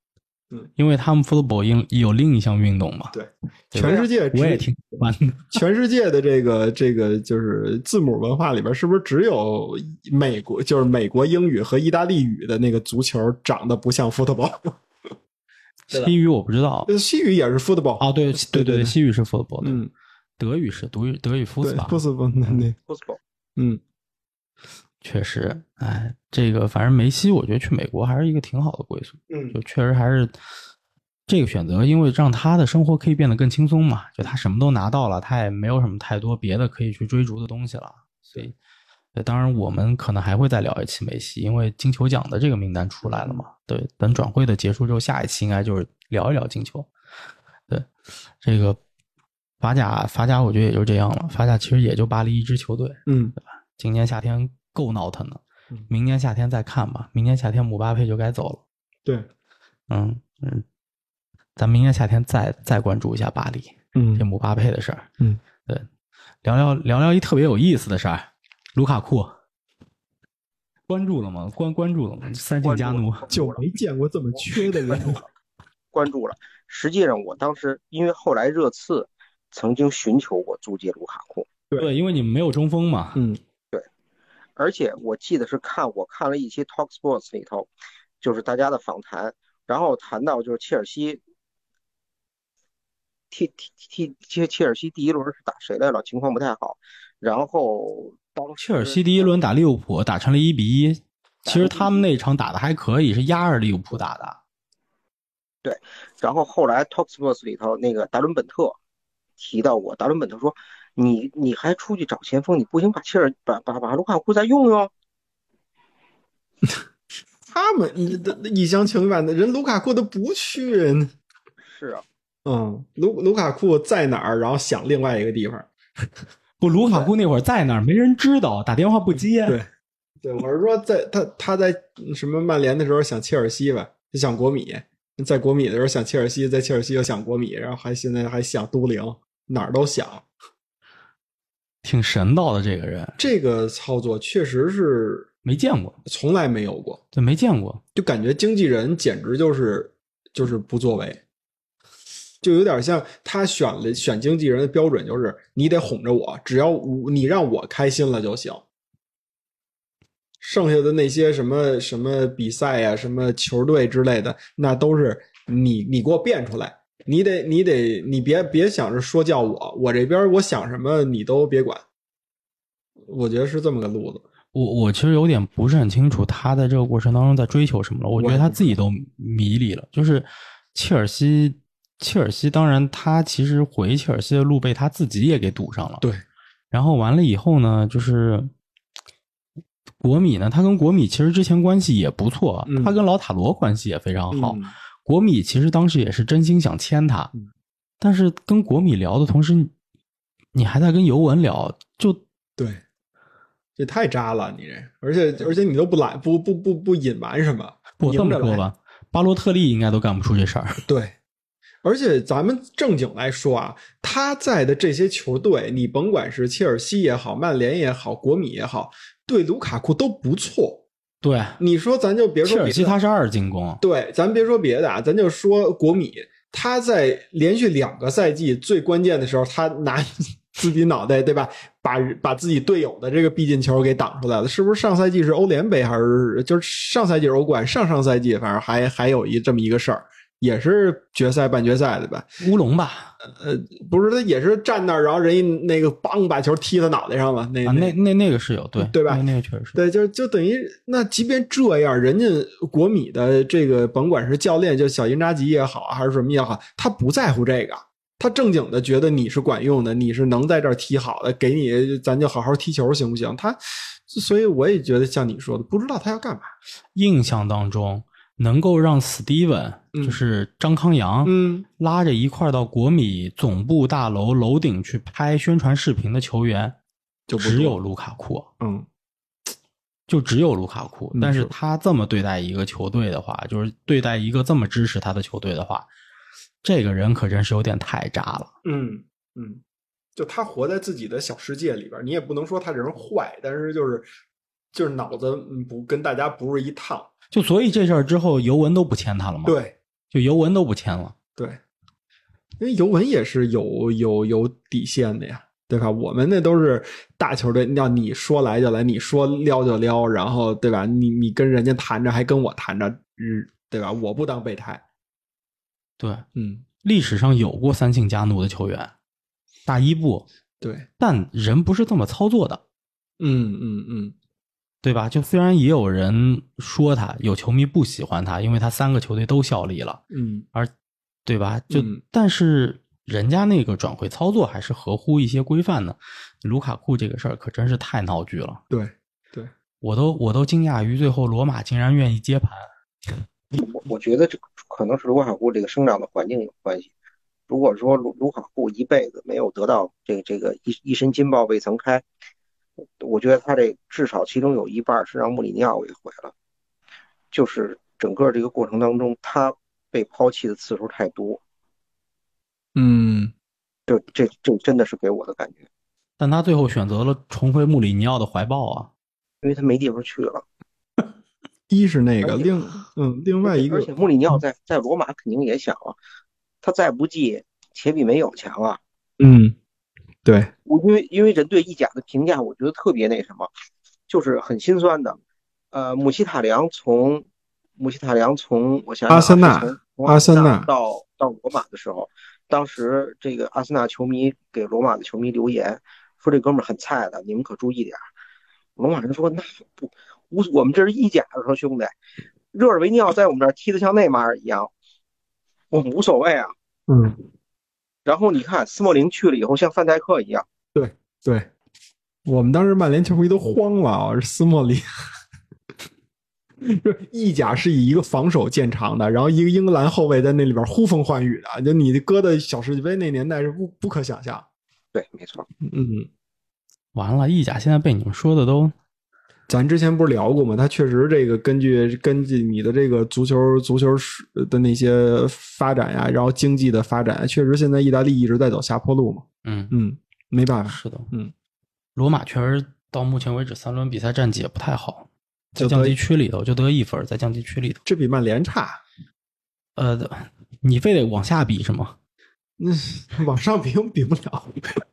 Speaker 2: 嗯，
Speaker 1: 因为他们 football 应有另一项运动嘛。
Speaker 2: 对，
Speaker 1: 对吧
Speaker 2: 全世界只
Speaker 1: 我也挺喜欢的。
Speaker 2: 全世界的这个这个就是字母文化里边，是不是只有美国就是美国英语和意大利语的那个足球长得不像 football？
Speaker 1: 西语我不知道。
Speaker 2: 西语也是 football
Speaker 1: 哦，对对
Speaker 2: 对对，
Speaker 1: 西语是 football 的。
Speaker 2: 嗯，
Speaker 1: 德语是德语德语 football。
Speaker 2: 对 football 那那
Speaker 3: football。
Speaker 2: 嗯，
Speaker 1: 确实，哎，这个反正梅西，我觉得去美国还是一个挺好的归宿。
Speaker 2: 嗯，
Speaker 1: 就确实还是这个选择，因为让他的生活可以变得更轻松嘛。就他什么都拿到了，他也没有什么太多别的可以去追逐的东西了。所以，当然我们可能还会再聊一期梅西，因为金球奖的这个名单出来了嘛。对，等转会的结束之后，下一期应该就是聊一聊金球。对，这个法甲，法甲我觉得也就这样了。法甲其实也就巴黎一支球队，
Speaker 2: 嗯，
Speaker 1: 对吧？今年夏天够闹腾的，
Speaker 2: 嗯
Speaker 1: 明年夏天再看吧。明年夏天姆巴佩就该走了。
Speaker 2: 对，
Speaker 1: 嗯嗯，咱明年夏天再再关注一下巴黎，
Speaker 2: 嗯，
Speaker 1: 这姆巴佩的事儿。
Speaker 2: 嗯，
Speaker 1: 对，聊聊聊聊一特别有意思的事儿，卢卡库。关注了吗？关关注了吗？三进加奴
Speaker 2: 就没见过这么缺的人。
Speaker 3: 关注了。实际上，我当时因为后来热刺曾经寻求过租借卢卡库。
Speaker 1: 对，因为你们没有中锋嘛。
Speaker 2: 嗯，
Speaker 3: 对。而且我记得是看我看了一期 Talk Sports 里头，就是大家的访谈，然后谈到就是切尔西踢踢踢踢切尔西第一轮是打谁来了？情况不太好。然后当时
Speaker 1: 切尔西第一轮打利物浦打成了一比一，其实他们那场打的还可以，是压着利物浦打的。
Speaker 3: 对，然后后来 Talk Sports 里头那个达伦本特提到过，达伦本特说：“你你还出去找前锋，你不行把切尔把把把卢卡库再用用。”
Speaker 2: 他们你的一厢情愿的人，卢卡库都不去。
Speaker 3: 是啊，
Speaker 2: 嗯，卢卢卡库在哪儿？然后想另外一个地方。
Speaker 1: 不，卢卡库那会儿在哪儿没人知道，打电话不接。
Speaker 2: 对，对，我是说在他他在什么曼联的时候想切尔西吧，就想国米。在国米的时候想切尔西，在切尔西又想国米，然后还现在还想都灵，哪儿都想，
Speaker 1: 挺神道的这个人。
Speaker 2: 这个操作确实是
Speaker 1: 没见过，
Speaker 2: 从来没有过，
Speaker 1: 对，没见过，
Speaker 2: 就感觉经纪人简直就是就是不作为，就有点像他选了选经纪人的标准就是你得哄着我，只要你让我开心了就行。剩下的那些什么什么比赛呀、啊、什么球队之类的，那都是你你给我变出来，你得你得你别别想着说教我，我这边我想什么你都别管。我觉得是这么个路子。
Speaker 1: 我我其实有点不是很清楚他在这个过程当中在追求什么了。我觉得他自己都迷离了。就是切尔西，切尔西当然他其实回切尔西的路被他自己也给堵上了。
Speaker 2: 对，
Speaker 1: 然后完了以后呢，就是国米呢，他跟国米其实之前关系也不错，
Speaker 2: 嗯、
Speaker 1: 他跟老塔罗关系也非常好。
Speaker 2: 嗯、
Speaker 1: 国米其实当时也是真心想签他，
Speaker 2: 嗯、
Speaker 1: 但是跟国米聊的同时，你还在跟尤文聊，就
Speaker 2: 对，这太渣了，你这，而且而且你都不来不不不不隐瞒什么，
Speaker 1: 我这么说吧，巴洛特利应该都干不出这事儿。
Speaker 2: 对。而且咱们正经来说啊，他在的这些球队，你甭管是切尔西也好，曼联也好，国米也好，对卢卡库都不错。
Speaker 1: 对，
Speaker 2: 你说咱就别说
Speaker 1: 切尔西他是二进攻，
Speaker 2: 对，咱别说别的啊，咱就说国米，他在连续两个赛季最关键的时候，他拿自己脑袋对吧，把把自己队友的这个必进球给挡出来了。是不是上赛季是欧联杯还是就是上赛季欧冠，上上赛季反正还还有一这么一个事儿。也是决赛半决赛的吧，
Speaker 1: 乌龙吧？
Speaker 2: 呃，不是，他也是站那儿，然后人家那个梆把球踢他脑袋上了，那
Speaker 1: 啊，那那那个是有，对
Speaker 2: 对吧？
Speaker 1: 那那个确实是，
Speaker 2: 对，就就等于那即便这样，人家国米的这个甭管是教练，就小因扎吉也好，还是什么也好，他不在乎这个，他正经的觉得你是管用的，你是能在这儿踢好的，给你咱就好好踢球行不行？他，所以我也觉得像你说的，不知道他要干嘛。
Speaker 1: 印象当中。能够让 Steven、嗯、就是张康阳、
Speaker 2: 嗯、
Speaker 1: 拉着一块到国米总部大楼楼顶去拍宣传视频的球员，就只有卢卡库。
Speaker 2: 嗯，
Speaker 1: 就只有卢卡库。但是他这么对待一个球队的话，就是对待一个这么支持他的球队的话，这个人可真是有点太渣了。
Speaker 2: 嗯嗯，就他活在自己的小世界里边，你也不能说他这人坏，但是就是就是脑子不跟大家不是一趟。
Speaker 1: 就所以这事儿之后，尤文都不签他了吗？
Speaker 2: 对，
Speaker 1: 就尤文都不签了。
Speaker 2: 对，因为尤文也是有有有底线的呀，对吧？我们那都是大球队，要你说来就来，你说撩就撩，然后对吧？你你跟人家谈着，还跟我谈着，嗯，对吧？我不当备胎。
Speaker 1: 对，
Speaker 2: 嗯，
Speaker 1: 历史上有过三姓家奴的球员，大伊布，
Speaker 2: 对，
Speaker 1: 但人不是这么操作的。
Speaker 2: 嗯嗯嗯，
Speaker 1: 对吧？就虽然也有人说他，有球迷不喜欢他，因为他三个球队都效力了，
Speaker 2: 嗯，
Speaker 1: 而对吧？就、
Speaker 2: 嗯、
Speaker 1: 但是人家那个转会操作还是合乎一些规范的。卢卡库这个事儿可真是太闹剧了，
Speaker 2: 对对，
Speaker 1: 我都我都惊讶于最后罗马竟然愿意接盘。
Speaker 3: 我我觉得这可能是卢卡库这个生长的环境有关系。如果说卢卢卡库一辈子没有得到这个这个一一身金豹未曾开，我觉得他这至少其中有一半是让穆里尼奥给毁了。就是整个这个过程当中，他被抛弃的次数太多。
Speaker 2: 嗯，
Speaker 3: 这这这真的是给我的感觉。
Speaker 1: 但他最后选择了重回穆里尼奥的怀抱啊，
Speaker 3: 因为他没地方去了。
Speaker 2: 一是那个，另嗯，另外一个，
Speaker 3: 而且穆里尼奥在在罗马肯定也想啊，他再不济且比没有强啊。
Speaker 2: 嗯，对，
Speaker 3: 我因为因为人对意甲的评价，我觉得特别那什么，就是很心酸的。呃，姆希塔良从姆希塔良从我想想
Speaker 2: 阿森纳，
Speaker 3: 从
Speaker 2: 阿森纳
Speaker 3: 到到罗马的时候，当时这个阿森纳球迷给罗马的球迷留言说这哥们儿很菜的，你们可注意点。罗马人说那不，我们这是意甲的，说兄弟，热尔维尼奥在我们这儿踢得像内马尔一样，我们无所谓啊。
Speaker 2: 嗯。
Speaker 3: 然后你看斯莫林去了以后像范戴克一样。
Speaker 2: 对对，我们当时曼联球迷都慌了啊！斯莫林，意甲是以一个防守见长的，然后一个英格兰后卫在那里边呼风唤雨的，就你搁的小世界杯那年代是不不可想象。
Speaker 3: 对，没错。
Speaker 2: 嗯，
Speaker 1: 完了，意甲现在被你们说的都，
Speaker 2: 咱之前不是聊过吗？他确实这个根据根据你的这个足球足球的那些发展呀，然后经济的发展，确实现在意大利一直在走下坡路嘛。
Speaker 1: 嗯
Speaker 2: 嗯，没办法。
Speaker 1: 是的，
Speaker 2: 嗯，
Speaker 1: 罗马确实到目前为止三轮比赛战绩也不太好，在降级区里头就得一分，在降级区里头，
Speaker 2: 这比曼联差。
Speaker 1: 呃，你非得往下比是吗？
Speaker 2: 嗯，往上比比不了。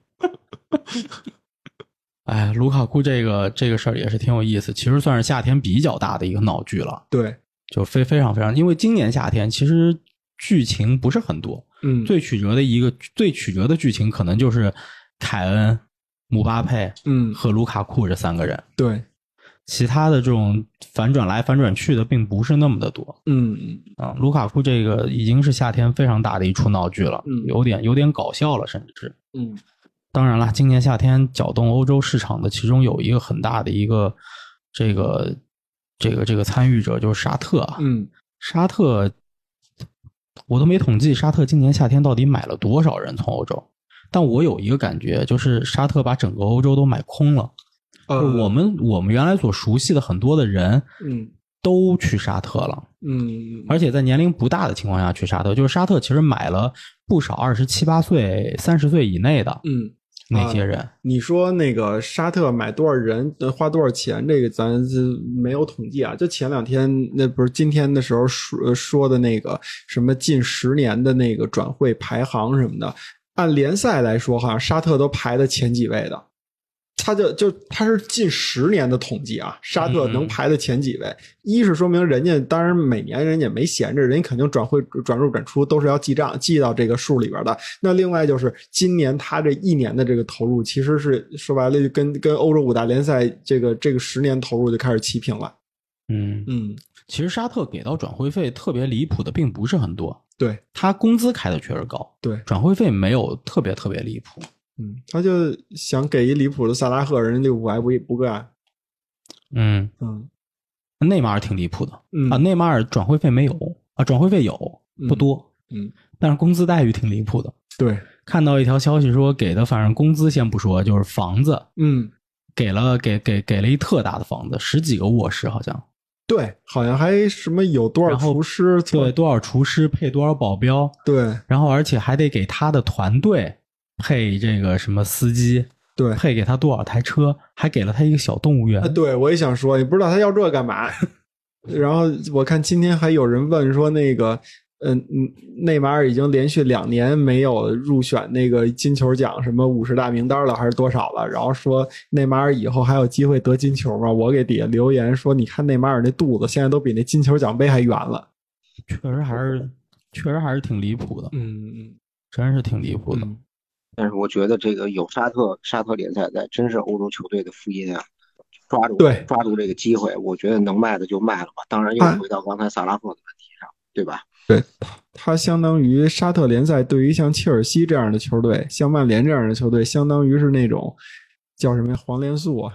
Speaker 1: 哎，卢卡库这个这个事儿也是挺有意思，其实算是夏天比较大的一个闹剧了。
Speaker 2: 对，
Speaker 1: 就非非常非常，因为今年夏天其实剧情不是很多，
Speaker 2: 嗯，
Speaker 1: 最曲折的一个最曲折的剧情可能就是凯恩、姆巴佩，
Speaker 2: 嗯，
Speaker 1: 和卢卡库这三个人。
Speaker 2: 对，
Speaker 1: 其他的这种反转来反转去的并不是那么的多。
Speaker 2: 嗯
Speaker 1: 啊，卢卡库这个已经是夏天非常大的一出闹剧了，
Speaker 2: 嗯，
Speaker 1: 有点有点搞笑了，甚至是。
Speaker 2: 嗯。
Speaker 1: 当然了，今年夏天搅动欧洲市场的其中有一个很大的一个这个这个这个参与者就是沙特啊。
Speaker 2: 嗯，
Speaker 1: 沙特我都没统计沙特今年夏天到底买了多少人从欧洲，但我有一个感觉，就是沙特把整个欧洲都买空了。
Speaker 2: 呃，
Speaker 1: 我们我们原来所熟悉的很多的人，
Speaker 2: 嗯，
Speaker 1: 都去沙特了。
Speaker 2: 嗯，
Speaker 1: 而且在年龄不大的情况下去沙特，就是沙特其实买了不少二十七八岁、三十岁以内的，
Speaker 2: 嗯。
Speaker 1: 那些人、
Speaker 2: 啊，你说那个沙特买多少人花多少钱，这个咱没有统计啊。就前两天那不是今天的时候说说的那个什么近十年的那个转会排行什么的，按联赛来说，好像沙特都排在前几位的。他就就他是近十年的统计啊，沙特能排在前几位，嗯、一是说明人家当然每年人家没闲着，人家肯定转会转入转出都是要记账记到这个数里边的。那另外就是今年他这一年的这个投入，其实是说白了就跟跟欧洲五大联赛这个这个十年投入就开始齐平了。
Speaker 1: 嗯
Speaker 2: 嗯，
Speaker 1: 其实沙特给到转会费特别离谱的并不是很多，
Speaker 2: 对，
Speaker 1: 他工资开的确实高，
Speaker 2: 对，
Speaker 1: 转会费没有特别特别离谱。
Speaker 2: 嗯，他就想给一离谱的萨拉赫，人家利物浦还不不干。
Speaker 1: 嗯
Speaker 2: 嗯，
Speaker 1: 内马尔挺离谱的，
Speaker 2: 嗯
Speaker 1: 啊，内马尔转会费没有啊，转会费有不多，
Speaker 2: 嗯，
Speaker 1: 但是工资待遇挺离谱的。
Speaker 2: 对，
Speaker 1: 看到一条消息说给的，反正工资先不说，就是房子，
Speaker 2: 嗯，
Speaker 1: 给了给给给了一特大的房子，十几个卧室好像。
Speaker 2: 对，好像还什么有多少厨师，
Speaker 1: 对，多少厨师配多少保镖，
Speaker 2: 对，
Speaker 1: 然后而且还得给他的团队配这个什么司机，
Speaker 2: 对，
Speaker 1: 配给他多少台车，还给了他一个小动物园。
Speaker 2: 啊、对，我也想说，你不知道他要这干嘛。然后我看今天还有人问说，那个嗯嗯，内马尔已经连续两年没有入选那个金球奖什么五十大名单了，还是多少了？然后说内马尔以后还有机会得金球吗？我给底下留言说，你看内马尔那肚子现在都比那金球奖杯还圆了。
Speaker 1: 确实还是确实还是挺离谱的，
Speaker 2: 嗯嗯，
Speaker 1: 真是挺离谱的。
Speaker 2: 嗯
Speaker 3: 但是我觉得这个有沙特沙特联赛在，真是欧洲球队的福音啊！抓住
Speaker 2: 对
Speaker 3: 抓住这个机会，我觉得能卖的就卖了吧。当然又回到刚才萨拉赫的问题上，对吧？
Speaker 2: 对，他他相当于沙特联赛对于像切尔西这样的球队，像曼联这样的球队，相当于是那种叫什么呀黄连素啊，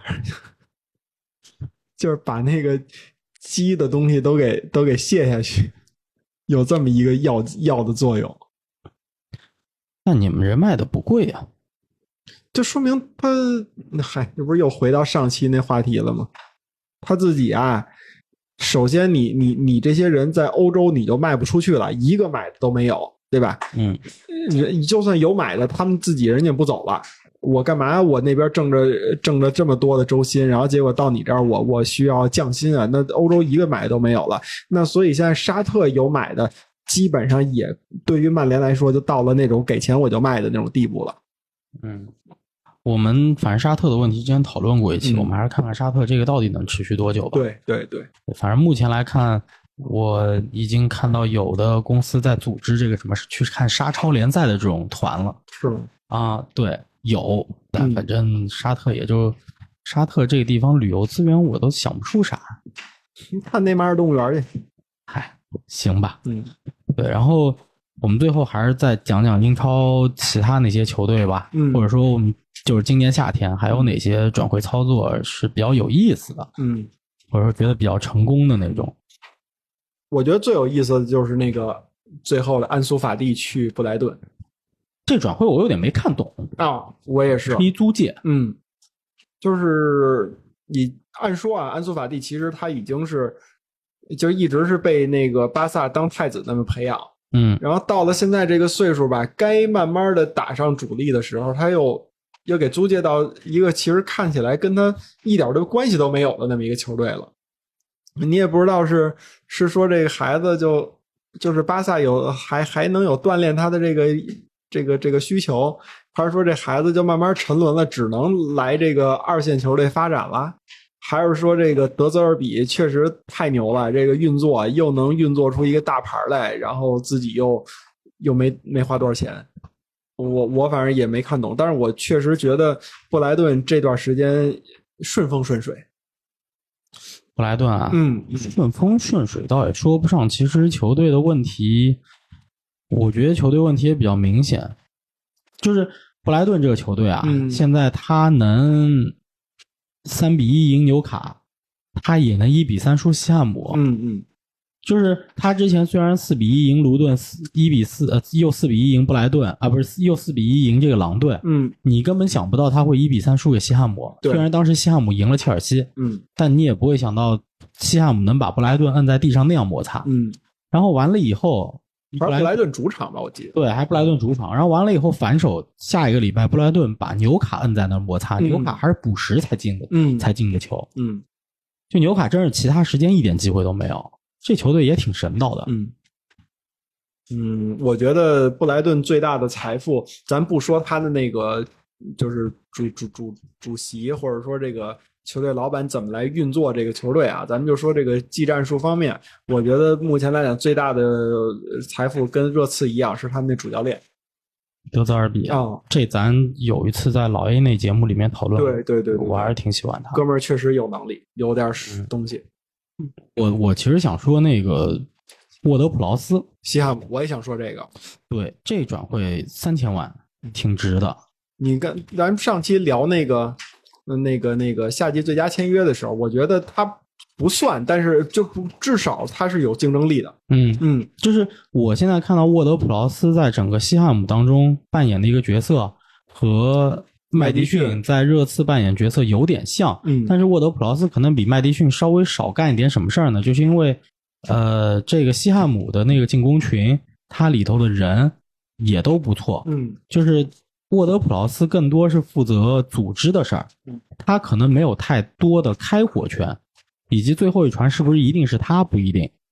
Speaker 2: 就是把那个鸡的东西都给都给卸下去，有这么一个药药的作用。
Speaker 1: 但你们人卖的不贵啊，
Speaker 2: 就说明他，嗨，这不是又回到上期那话题了吗？他自己啊，首先你你你这些人在欧洲你就卖不出去了，一个买的都没有，对吧？
Speaker 1: 嗯，
Speaker 2: 你就算有买的，他们自己人家不走了，我干嘛？我那边挣着挣着这么多的周薪，然后结果到你这儿，我我需要降薪啊？那欧洲一个买的都没有了，那所以现在沙特有买的，基本上也对于曼联来说，就到了那种给钱我就卖的那种地步了。
Speaker 1: 嗯，我们反正沙特的问题之前讨论过一期，
Speaker 2: 嗯、
Speaker 1: 我们还是看看沙特这个到底能持续多久吧。
Speaker 2: 对对对，
Speaker 1: 反正目前来看，我已经看到有的公司在组织这个什么去看沙超联赛的这种团了。
Speaker 2: 是吗？
Speaker 1: 啊，对，有，但反正沙特也就、嗯、沙特这个地方旅游资源我都想不出啥。
Speaker 2: 你看内马尔动物园去。
Speaker 1: 嗨，行吧。
Speaker 2: 嗯，
Speaker 1: 对，然后我们最后还是再讲讲英超其他那些球队吧，
Speaker 2: 嗯，
Speaker 1: 或者说我们就是今年夏天还有哪些转会操作是比较有意思的，
Speaker 2: 嗯，
Speaker 1: 或者说觉得比较成功的那种。
Speaker 2: 我觉得最有意思的就是那个最后的安苏法蒂去布莱顿，
Speaker 1: 这转会我有点没看懂
Speaker 2: 啊，我也是
Speaker 1: 一租借，
Speaker 2: 嗯，就是你按说啊，安苏法蒂其实他已经是就一直是被那个巴萨当太子那么培养。
Speaker 1: 嗯，
Speaker 2: 然后到了现在这个岁数吧，该慢慢的打上主力的时候，他又又给租借到一个其实看起来跟他一点的关系都没有的那么一个球队了。你也不知道是是说这个孩子就就是巴萨有还还能有锻炼他的这个这个这个需求，还是说这孩子就慢慢沉沦了，只能来这个二线球队发展了？还是说这个德泽尔比确实太牛了，这个运作又能运作出一个大牌来，然后自己又又没没花多少钱，我我反正也没看懂，但是我确实觉得布莱顿这段时间顺风顺水。
Speaker 1: 布莱顿啊，
Speaker 2: 嗯，
Speaker 1: 顺风顺水倒也说不上，其实球队的问题，我觉得球队问题也比较明显，就是布莱顿这个球队啊，
Speaker 2: 嗯、
Speaker 1: 现在他能三比一赢纽卡，他也能一比三输西汉姆。
Speaker 2: 嗯嗯，
Speaker 1: 就是他之前虽然四比一赢卢顿，一比四呃又四比一赢布莱顿啊，不是又四比一赢这个狼队。
Speaker 2: 嗯，
Speaker 1: 你根本想不到他会一比三输给西汉姆。虽然当时西汉姆赢了切尔西，
Speaker 2: 嗯，
Speaker 1: 但你也不会想到西汉姆能把布莱顿摁在地上那样摩擦。
Speaker 2: 嗯，
Speaker 1: 然后完了以后。
Speaker 2: 布莱顿主场吧，我记得。
Speaker 1: 对，还布莱顿主场。然后完了以后反手，下一个礼拜布莱顿把纽卡摁在那儿摩擦，
Speaker 2: 嗯、
Speaker 1: 纽卡还是补时才进的，
Speaker 2: 嗯，
Speaker 1: 才进的球。
Speaker 2: 嗯，
Speaker 1: 就纽卡真是其他时间一点机会都没有，这球队也挺神道的。
Speaker 2: 嗯嗯，我觉得布莱顿最大的财富，咱不说他的那个就是主主主主席，或者说这个球队老板怎么来运作这个球队啊，咱们就说这个技战术方面，我觉得目前来讲最大的财富跟热刺一样，是他们的主教练
Speaker 1: 德泽尔比啊、哦，这咱有一次在老 A 那节目里面讨论，
Speaker 2: 对对 对, 对, 对，
Speaker 1: 我还是挺喜欢他，
Speaker 2: 哥们儿确实有能力，有点东西。
Speaker 1: 嗯、我我其实想说那个沃德普劳斯
Speaker 2: 西汉姆，我也想说这个，
Speaker 1: 对，这转会三千万，挺值的。
Speaker 2: 你跟咱们上期聊那个。那个那个夏季最佳签约的时候，我觉得他不算，但是就不至少他是有竞争力的。
Speaker 1: 嗯
Speaker 2: 嗯，
Speaker 1: 就是我现在看到沃德普劳斯在整个西汉姆当中扮演的一个角色，和麦迪逊在热刺扮演角色有点像。
Speaker 2: 嗯，
Speaker 1: 但是沃德普劳斯可能比麦迪逊稍微少干一点什么事儿呢？就是因为呃，这个西汉姆的那个进攻群，它里头的人也都不错。
Speaker 2: 嗯，
Speaker 1: 就是。沃德普劳斯更多是负责组织的事儿，他可能没有太多的开火权，以及最后一传是不是一定是他不一定。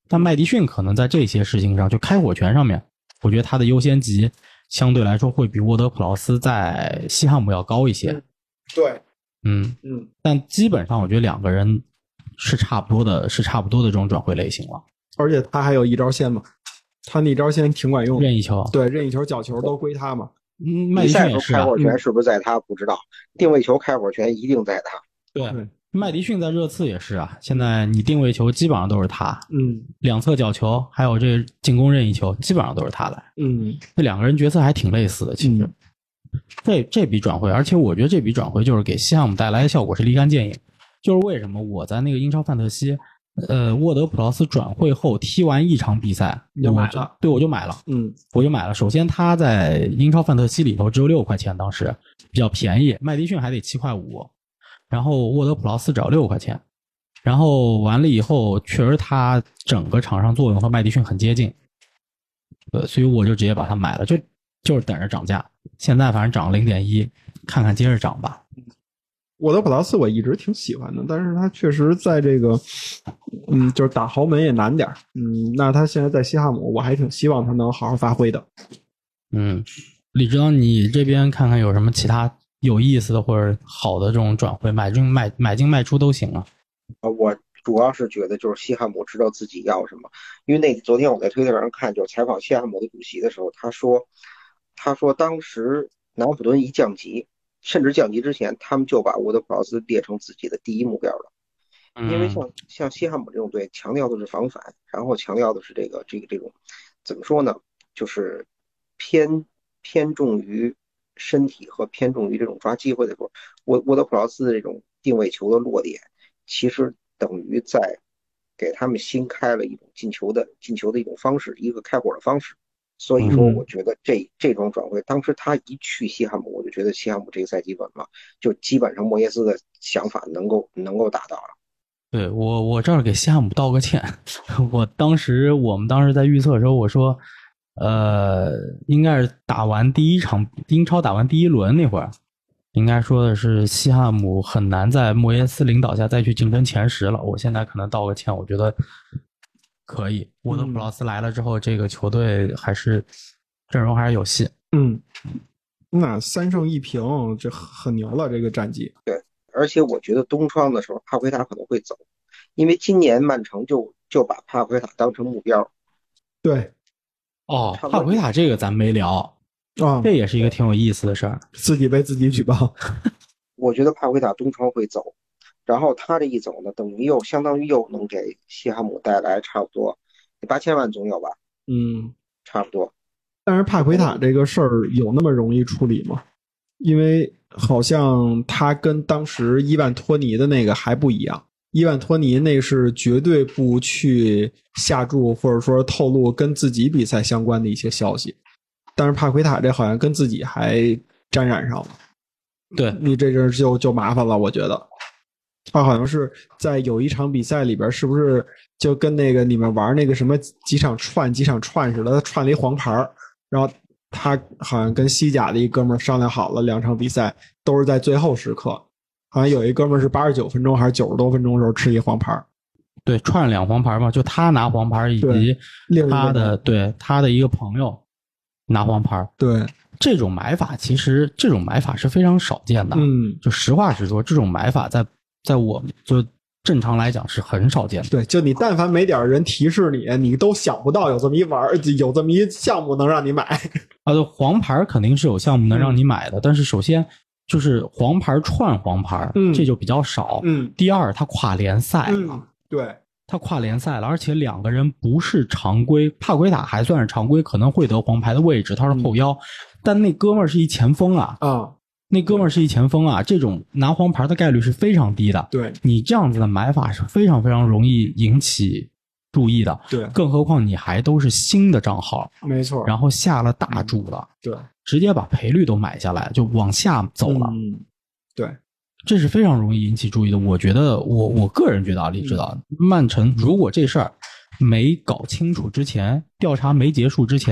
Speaker 1: 但麦迪逊可能在这些事情上，就开火权上面，我觉得他的优先级相对来说会比沃德普劳斯在西汉姆要高一些。
Speaker 2: 嗯、对，
Speaker 1: 嗯
Speaker 2: 嗯，
Speaker 1: 但基本上我觉得两个人是差不多的，是差不多的这种转会类型了。
Speaker 2: 而且他还有一招线嘛，他那招线挺管用，
Speaker 1: 任意球，
Speaker 2: 对，任意球、角球都归他嘛。
Speaker 1: 嗯，麦迪逊也是、啊、
Speaker 3: 开火权是不是在他、嗯、不知道，定位球开火权一定在他。
Speaker 1: 对。麦迪逊在热刺也是啊，现在你定位球基本上都是他，
Speaker 2: 嗯，
Speaker 1: 两侧角球还有这进攻任意球基本上都是他来，
Speaker 2: 嗯，
Speaker 1: 这两个人角色还挺类似的，其实。
Speaker 2: 嗯、
Speaker 1: 这这笔转会，而且我觉得这笔转会就是给西汉姆带来的效果是立竿见影，就是为什么我在那个英超范特西，呃，沃德普劳斯转会后踢完一场比赛，
Speaker 2: 你就买了，
Speaker 1: 对，我就买了，
Speaker 2: 嗯，
Speaker 1: 我就买了。首先他在英超范特西里头只有六块钱，当时比较便宜，麦迪逊还得七块五。然后沃德普劳斯只要六块钱，然后完了以后，确实他整个场上作用和麦迪逊很接近，呃，所以我就直接把它买了，就就是等着涨价。现在反正涨 零点一， 看看接着涨吧。
Speaker 2: 沃德普劳斯我一直挺喜欢的，但是他确实在这个，嗯，就是打豪门也难点，嗯，那他现在在西汉姆，我还挺希望他能好好发挥的。
Speaker 1: 嗯，李指导，你这边看看有什么其他有意思的或者好的这种转会，买进卖买进卖出都行啊。
Speaker 3: 我主要是觉得就是西汉姆知道自己要什么，因为那昨天我在推特上看，就是采访西汉姆的主席的时候，他说，他说当时南安普敦一降级，甚至降级之前，他们就把沃德普劳斯列成自己的第一目标了，因为像像西汉姆这种队强调的是防反，然后强调的是这个这个这种怎么说呢，就是偏偏重于身体和偏重于这种抓机会的时候，沃沃德普劳斯的这种定位球的落点，其实等于在给他们新开了一种进球的进球的一种方式，一个开火的方式。所以说，我觉得这这种转会，当时他一去西汉姆，我就觉得西汉姆这个赛季稳了，就基本上莫耶斯的想法能够能够达到了。
Speaker 1: 对，我我这儿给西汉姆道个歉，我当时我们当时在预测的时候，我说。呃，应该是打完第一场英超打完第一轮那会儿，应该说的是西汉姆很难在莫耶斯领导下再去竞争前十了。我现在可能道个歉，我觉得可以。沃德普劳斯来了之后，这个球队还是阵容还是有戏。
Speaker 2: 嗯，那三胜一平，这很牛了，这个战绩。
Speaker 3: 对，而且我觉得冬窗的时候，帕奎塔可能会走，因为今年曼城就就把帕奎塔当成目标。
Speaker 2: 对。
Speaker 1: 哦，帕奎塔这个咱没聊
Speaker 2: 啊，
Speaker 1: 这也是一个挺有意思的事儿，
Speaker 2: 自己被自己举报。
Speaker 3: 我觉得帕奎塔冬窗会走，然后他这一走呢，等于又相当于又能给西汉姆带来差不多八千万总有吧？
Speaker 2: 嗯，
Speaker 3: 差不多。
Speaker 2: 但是帕奎塔这个事儿有那么容易处理吗？因为好像他跟当时伊万托尼的那个还不一样。伊万托尼那是绝对不去下注或者说透露跟自己比赛相关的一些消息，但是帕奎塔这好像跟自己还沾染上了。
Speaker 1: 对，
Speaker 2: 你这阵就就麻烦了，我觉得他好像是在有一场比赛里边，是不是就跟那个你们玩那个什么几场串几场串似的，他串了一黄牌，然后他好像跟西甲的一哥们商量好了，两场比赛都是在最后时刻。好像有一哥们是八十九分钟还是九十多分钟的时候吃一黄牌，
Speaker 1: 对，串两黄牌嘛，就他拿黄牌以及他的对他的一个朋友拿黄牌。
Speaker 2: 对，
Speaker 1: 这种买法其实这种买法是非常少见的。
Speaker 2: 嗯，
Speaker 1: 就实话实说，这种买法在在我们就正常来讲是很少见的。
Speaker 2: 对，就你但凡没点人提示你，你都想不到有这么一玩有这么一项目能让你买。
Speaker 1: 啊，对，黄牌肯定是有项目能让你买的，嗯、但是首先。就是黄牌串黄牌，嗯，这就比较少。
Speaker 2: 嗯，
Speaker 1: 第二，他跨联赛了，
Speaker 2: 嗯，对，
Speaker 1: 他跨联赛了，而且两个人不是常规，帕奎塔还算是常规，可能会得黄牌的位置，他是后腰，嗯、但那哥们儿是一前锋啊，
Speaker 2: 啊，
Speaker 1: 那哥们儿是一前锋啊，这种拿黄牌的概率是非常低的。
Speaker 2: 对，
Speaker 1: 你这样子的买法是非常非常容易引起注意的。
Speaker 2: 对，
Speaker 1: 更何况你还都是新的账号，
Speaker 2: 没错，
Speaker 1: 然后下了大注了。
Speaker 2: 对。
Speaker 1: 直接把赔率都买下来，就往下走了。
Speaker 2: 嗯，对，
Speaker 1: 这是非常容易引起注意的。我觉得，我我个人觉得啊，你知道，曼城如果这事儿没搞清楚之前，调查没结束之前，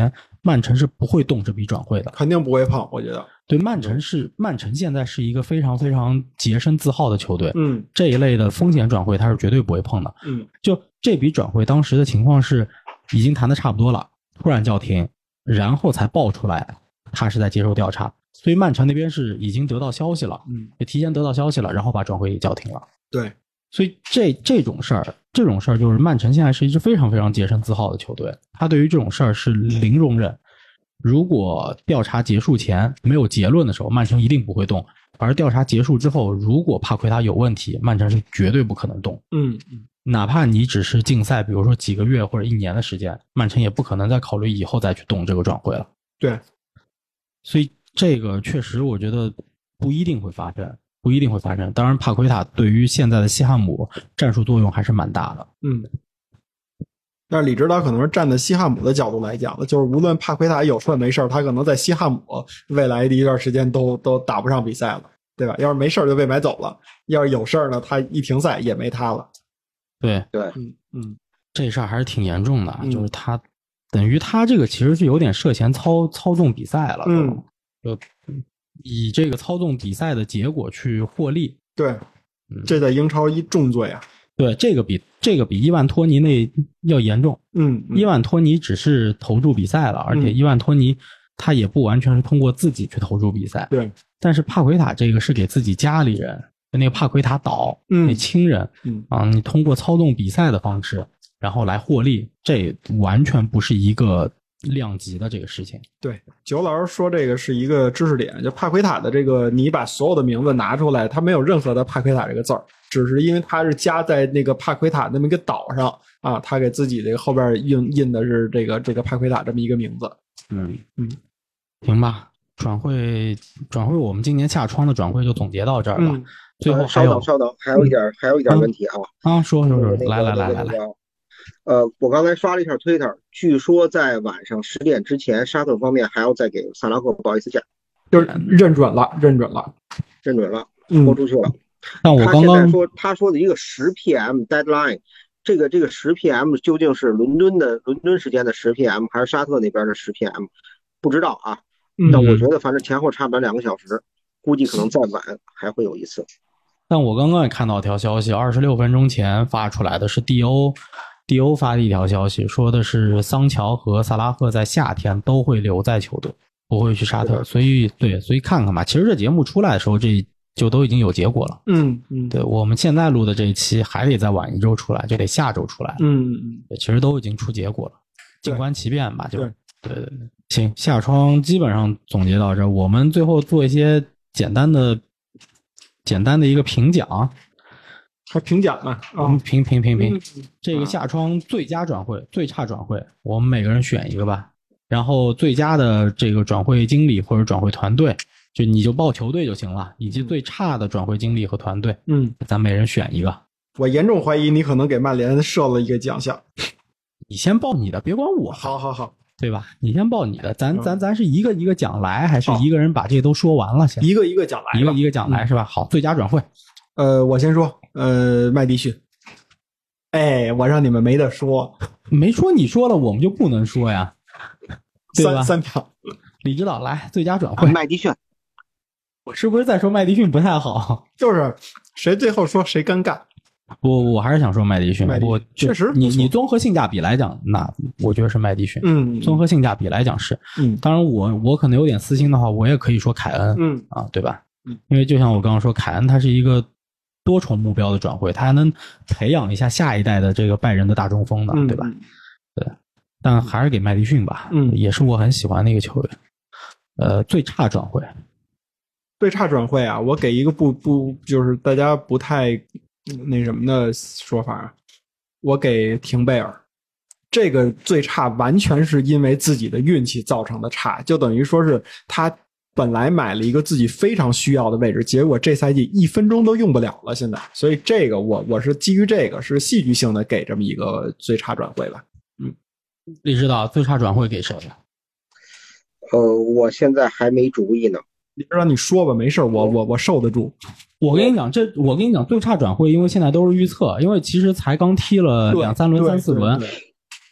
Speaker 1: 曼城是不会动这笔转会的，
Speaker 2: 肯定不会碰，我觉得。
Speaker 1: 对，曼城是曼城现在是一个非常非常洁身自好的球队，
Speaker 2: 嗯，
Speaker 1: 这一类的风险转会他是绝对不会碰的。
Speaker 2: 嗯，
Speaker 1: 就这笔转会当时的情况是已经谈的差不多了，突然叫停，然后才爆出来他是在接受调查，所以曼城那边是已经得到消息了，
Speaker 2: 嗯，
Speaker 1: 也提前得到消息了，然后把转会给叫停了。
Speaker 2: 对，
Speaker 1: 所以这这种事儿，这种事儿就是曼城现在是一支非常非常洁身自好的球队，他对于这种事儿是零容忍。如果调查结束前没有结论的时候，曼城一定不会动；而调查结束之后，如果帕奎塔有问题，曼城是绝对不可能动。
Speaker 2: 嗯，
Speaker 1: 哪怕你只是禁赛，比如说几个月或者一年的时间，曼城也不可能再考虑以后再去动这个转会了。
Speaker 2: 对，
Speaker 1: 所以这个确实我觉得不一定会发生，不一定会发生。当然，帕奎塔对于现在的西汉姆战术作用还是蛮大的。
Speaker 2: 嗯。但是李指导可能是站在西汉姆的角度来讲的，就是无论帕奎塔有事没事，他可能在西汉姆未来的一段时间都都打不上比赛了，对吧？要是没事就被买走了，要是有事呢，他一停赛也没他了。
Speaker 1: 对
Speaker 3: 对，
Speaker 2: 嗯嗯，
Speaker 1: 这事儿还是挺严重的，
Speaker 2: 嗯、
Speaker 1: 就是他等于他这个其实是有点涉嫌操操纵比赛了，
Speaker 2: 嗯，
Speaker 1: 就以这个操纵比赛的结果去获利。
Speaker 2: 对，这在英超一重罪啊。
Speaker 1: 对，这个比这个比伊万托尼那要严重。
Speaker 2: 嗯，嗯
Speaker 1: 伊万托尼只是投注比赛了，而且伊万托尼他也不完全是通过自己去投注比赛。
Speaker 2: 对，
Speaker 1: 但是帕奎塔这个是给自己家里人，那个帕奎塔岛、
Speaker 2: 嗯、
Speaker 1: 那亲人，
Speaker 2: 嗯
Speaker 1: 啊，你通过操纵比赛的方式，然后来获利，这完全不是一个量级的这个事情。
Speaker 2: 对，九老师说这个是一个知识点，就帕奎塔的这个，你把所有的名字拿出来，他没有任何的帕奎塔这个字儿。只是因为他是加在那个帕奎塔那么一个岛上啊，他给自己这个后边印印的是这个这个帕奎塔这么一个名字。
Speaker 1: 嗯
Speaker 2: 嗯，
Speaker 1: 行吧，转会转会，我们今年夏窗的转会就总结到这儿了。
Speaker 2: 嗯、
Speaker 1: 最后还有、
Speaker 3: 呃、稍等稍等，还有一点、嗯、还有一点问题啊
Speaker 1: 啊，说说说，
Speaker 3: 那个、
Speaker 1: 来来来
Speaker 3: 来
Speaker 1: 来来，
Speaker 3: 呃，我刚才刷了一下 Twitter， 据说在晚上十点之前，沙特方面还要再给萨拉赫报一次价，
Speaker 2: 就是认准了，认准了，
Speaker 3: 认准了，豁出去了。嗯
Speaker 1: 但我刚刚
Speaker 3: 他现在说，他说的一个十 P M deadline， 这个这个十 P M 究竟是伦敦的伦敦时间的十 P M 还是沙特那边的十 P M， 不知道啊。但我觉得反正前后差不了两个小时，估计可能再晚还会有一次。
Speaker 1: 但我刚刚也看到一条消息，二十六分钟前发出来的是 D O，D O 发的一条消息，说的是桑乔和萨拉赫在夏天都会留在球队，不会去沙特。所以对，所以看看吧。其实这节目出来的时候，这就都已经有结果了。
Speaker 2: 嗯嗯，
Speaker 1: 对，我们现在录的这一期还得再晚一周出来，就得下周出来。
Speaker 2: 嗯嗯，
Speaker 1: 其实都已经出结果了，静观其变吧。就
Speaker 2: 对
Speaker 1: 对对对，行，夏窗基本上总结到这儿，我们最后做一些简单的、简单的一个评奖，
Speaker 2: 还评奖呢啊，
Speaker 1: 评评评评，
Speaker 2: 嗯、
Speaker 1: 这个夏窗最佳转会、最差转会，我们每个人选一个吧。然后最佳的这个转会经理或者转会团队，就你就报球队就行了，以及最差的转会经理和团队，
Speaker 2: 嗯，
Speaker 1: 咱每人选一个。
Speaker 2: 我严重怀疑你可能给曼联设了一个奖项。
Speaker 1: 你先报你的，别管我。
Speaker 2: 好好好，
Speaker 1: 对吧？你先报你的，咱咱咱是一个一个讲来，还是一个人把这些都说完了先？
Speaker 2: 一个一个讲来，
Speaker 1: 一个一个讲来、嗯、是吧？好，最佳转会，
Speaker 2: 呃，我先说，呃，麦迪逊。哎，我让你们没得说，
Speaker 1: 没说你说了，我们就不能说呀，对吧？
Speaker 2: 三三票，
Speaker 1: 李指导来最佳转会，
Speaker 3: 麦迪逊。
Speaker 1: 我是不是在说麦迪逊不太好？
Speaker 2: 就是谁最后说谁尴尬。
Speaker 1: 我我还是想说麦迪逊，
Speaker 2: 麦迪逊
Speaker 1: 我
Speaker 2: 确实
Speaker 1: 你你综合性价比来讲，那我觉得是麦迪逊。
Speaker 2: 嗯，
Speaker 1: 综合性价比来讲是。
Speaker 2: 嗯，
Speaker 1: 当然我我可能有点私心的话，我也可以说凯恩。
Speaker 2: 嗯
Speaker 1: 啊，对吧？
Speaker 2: 嗯，
Speaker 1: 因为就像我刚刚说，凯恩他是一个多重目标的转会，他还能培养一下下一代的这个拜仁的大中锋的，
Speaker 2: 嗯、
Speaker 1: 对吧？对，但还是给麦迪逊吧。
Speaker 2: 嗯，
Speaker 1: 也是我很喜欢的一个球员。呃，最差转会，
Speaker 2: 最差转会啊，我给一个不不就是大家不太。那什么的说法，我给廷贝尔。这个最差完全是因为自己的运气造成的差，就等于说是他本来买了一个自己非常需要的位置，结果这赛季一分钟都用不了了现在。所以这个我我是基于这个是戏剧性的给这么一个最差转会吧。嗯，
Speaker 1: 李指导最差转会给谁？
Speaker 3: 呃，我现在还没主意呢。
Speaker 2: 你知道你说吧，没事，我我我受得住。
Speaker 1: 我跟你讲，这我跟你讲最差转会，因为现在都是预测，因为其实才刚踢了两三轮、三四轮。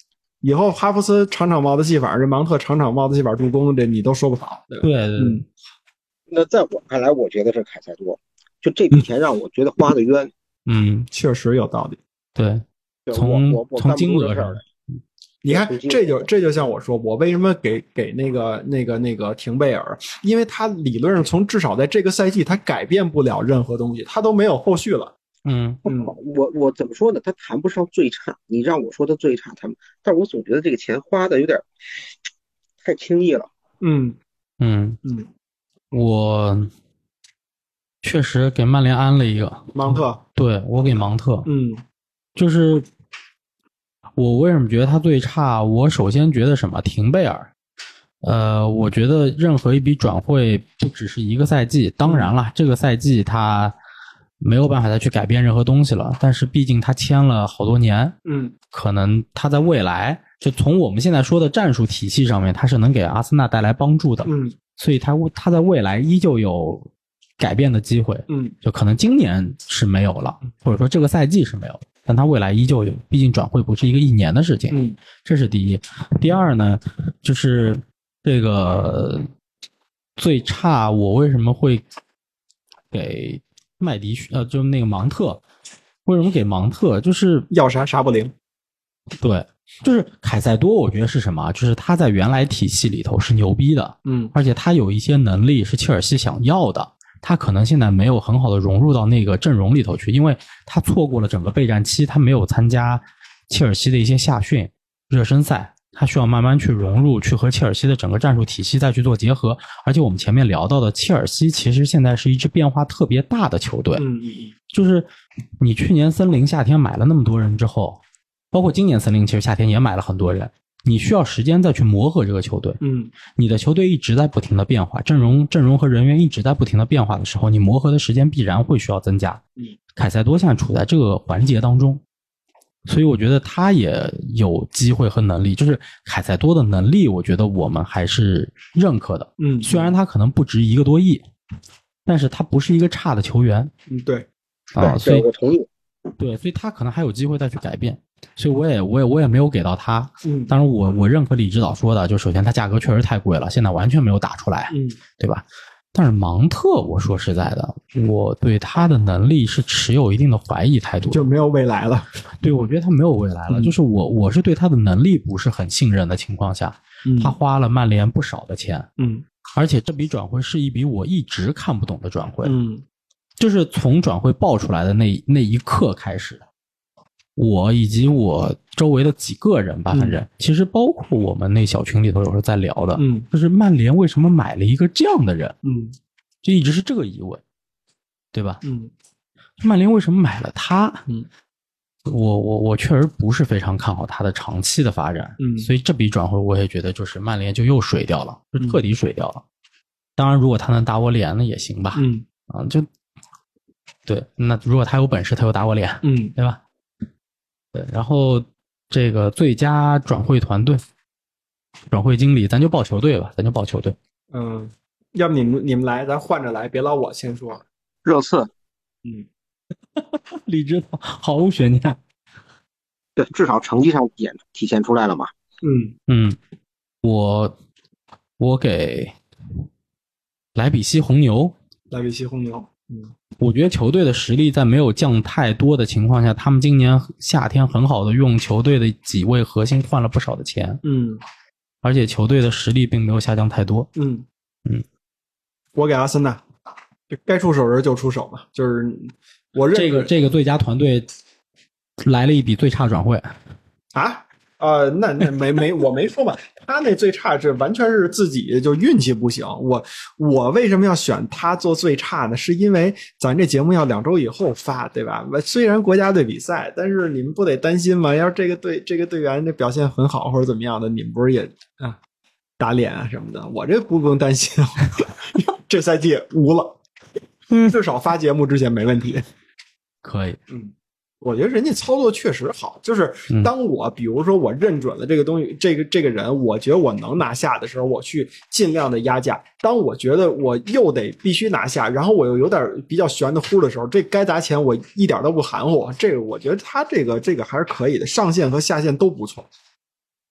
Speaker 2: 以后哈弗斯场场帽子戏法，这芒特场场帽子戏法助攻，这你都说不好。对
Speaker 1: 对对，
Speaker 2: 嗯，
Speaker 3: 那在我看来，我觉得是凯塞多，就这笔钱让我觉得花的冤。
Speaker 1: 嗯，
Speaker 2: 确实有道理。
Speaker 1: 对，
Speaker 3: 对
Speaker 1: 从
Speaker 3: 我我我
Speaker 1: 从
Speaker 3: 干不出这事儿
Speaker 1: 金额上
Speaker 3: 来。
Speaker 2: 你看
Speaker 3: 从，金
Speaker 2: 这就这就像我说，我为什么给给那个那个那个廷贝尔，因为他理论上从至少在这个赛季他改变不了任何东西，他都没有后续了。
Speaker 1: 嗯
Speaker 2: 嗯，
Speaker 3: 我我怎么说呢？他谈不上最差，你让我说他最差，谈，但是我总觉得这个钱花的有点太轻易了。
Speaker 2: 嗯
Speaker 1: 嗯
Speaker 2: 嗯，
Speaker 1: 我确实给曼联安了一个
Speaker 2: 芒特，
Speaker 1: 对我给芒特，
Speaker 2: 嗯
Speaker 1: 就是我为什么觉得他最差？我首先觉得什么？廷贝尔，呃，我觉得任何一笔转会不只是一个赛季，当然了，这个赛季他没有办法再去改变任何东西了，但是毕竟他签了好多年，
Speaker 2: 嗯
Speaker 1: 可能他在未来就从我们现在说的战术体系上面，他是能给阿森纳带来帮助的，
Speaker 2: 嗯
Speaker 1: 所以他他在未来依旧有改变的机会，
Speaker 2: 嗯
Speaker 1: 就可能今年是没有了，或者说这个赛季是没有了，但他未来依旧有，毕竟转会不是一个一年的事情，
Speaker 2: 嗯
Speaker 1: 这是第一。第二呢，就是这个最差，我为什么会给麦迪逊呃，就是那个芒特，为什么给芒特？就是
Speaker 2: 要啥啥不灵。
Speaker 1: 对，就是凯塞多，我觉得是什么？就是他在原来体系里头是牛逼的，
Speaker 2: 嗯
Speaker 1: 而且他有一些能力是切尔西想要的，他可能现在没有很好的融入到那个阵容里头去，因为他错过了整个备战期，他没有参加切尔西的一些夏训、热身赛，他需要慢慢去融入，去和切尔西的整个战术体系再去做结合。而且我们前面聊到的，切尔西其实现在是一支变化特别大的球队，
Speaker 2: 嗯
Speaker 1: 就是你去年森林夏天买了那么多人之后，包括今年森林其实夏天也买了很多人，你需要时间再去磨合这个球队。
Speaker 2: 嗯
Speaker 1: 你的球队一直在不停的变化，阵容阵容和人员一直在不停的变化的时候，你磨合的时间必然会需要增加。
Speaker 2: 嗯，
Speaker 1: 凯塞多现在处在这个环节当中，所以我觉得他也有机会和能力，就是凯塞多的能力，我觉得我们还是认可的。
Speaker 2: 嗯，
Speaker 1: 虽然他可能不值一个多亿，但是他不是一个差的球员
Speaker 2: 嗯对，
Speaker 1: 啊，
Speaker 3: 对，
Speaker 1: 所以
Speaker 3: 对我同意。
Speaker 1: 对，所以他可能还有机会再去改变。所以我也我也我也没有给到他。
Speaker 2: 嗯
Speaker 1: 当然我我认可李指导说的，就首先它价格确实太贵了，现在完全没有打出来，
Speaker 2: 嗯
Speaker 1: 对吧？但是芒特，我说实在的，我对他的能力是持有一定的怀疑态度的。
Speaker 2: 就没有未来了。
Speaker 1: 对，我觉得他没有未来了。
Speaker 2: 嗯
Speaker 1: 就是我我是对他的能力不是很信任的情况下，
Speaker 2: 嗯
Speaker 1: 他花了曼联不少的钱，
Speaker 2: 嗯
Speaker 1: 而且这笔转会是一笔我一直看不懂的转会。
Speaker 2: 嗯
Speaker 1: 就是从转会爆出来的那那一刻开始，我以及我周围的几个人吧，反正、
Speaker 2: 嗯、
Speaker 1: 其实包括我们那小群里头有时候在聊的，
Speaker 2: 嗯，
Speaker 1: 就是曼联为什么买了一个这样的人，
Speaker 2: 嗯，
Speaker 1: 就一直是这个疑问，对吧？
Speaker 2: 嗯，
Speaker 1: 曼联为什么买了他？
Speaker 2: 嗯，
Speaker 1: 我我我确实不是非常看好他的长期的发展，
Speaker 2: 嗯，
Speaker 1: 所以这笔转会我也觉得就是曼联就又水掉了，就彻底水掉了。嗯、当然，如果他能打我脸，那也行吧，
Speaker 2: 嗯
Speaker 1: 啊，就对，那如果他有本事，他又打我脸，
Speaker 2: 嗯，
Speaker 1: 对吧？对，然后这个最佳转会团队、转会经理，咱就报球队吧，咱就报球队。
Speaker 2: 嗯，要不你们你们来，咱换着来，别老我先说。
Speaker 3: 热刺，
Speaker 2: 嗯，
Speaker 1: 李指导毫无悬念。
Speaker 3: 对，至少成绩上也体现出来了嘛。
Speaker 2: 嗯
Speaker 1: 嗯，我我给莱比锡红牛。
Speaker 2: 莱比锡红牛。嗯，
Speaker 1: 我觉得球队的实力在没有降太多的情况下，他们今年夏天很好的用球队的几位核心换了不少的钱。
Speaker 2: 嗯，
Speaker 1: 而且球队的实力并没有下降太多。
Speaker 2: 嗯
Speaker 1: 嗯，
Speaker 2: 我给阿森纳，就该出手人就出手嘛，就是我认
Speaker 1: 这个这个最佳团队来了一笔最差转会
Speaker 2: 啊。呃，那那没没我没说吧，他那最差是完全是自己就运气不行。我我为什么要选他做最差呢？是因为咱这节目要两周以后发，对吧？虽然国家队比赛，但是你们不得担心吗？要是这个队这个队员这表现很好或者怎么样的，你们不是也啊打脸啊什么的？我这不用担心，这赛季无了，至少发节目之前没问题。
Speaker 1: 可以，
Speaker 2: 嗯。我觉得人家操作确实好，就是当我比如说我认准了这个东西，这个这个人，我觉得我能拿下的时候，我去尽量的压价。当我觉得我又得必须拿下，然后我又有点比较悬的乎的时候，这该砸钱我一点都不含糊。这个我觉得他这个这个还是可以的，上限和下限都不错。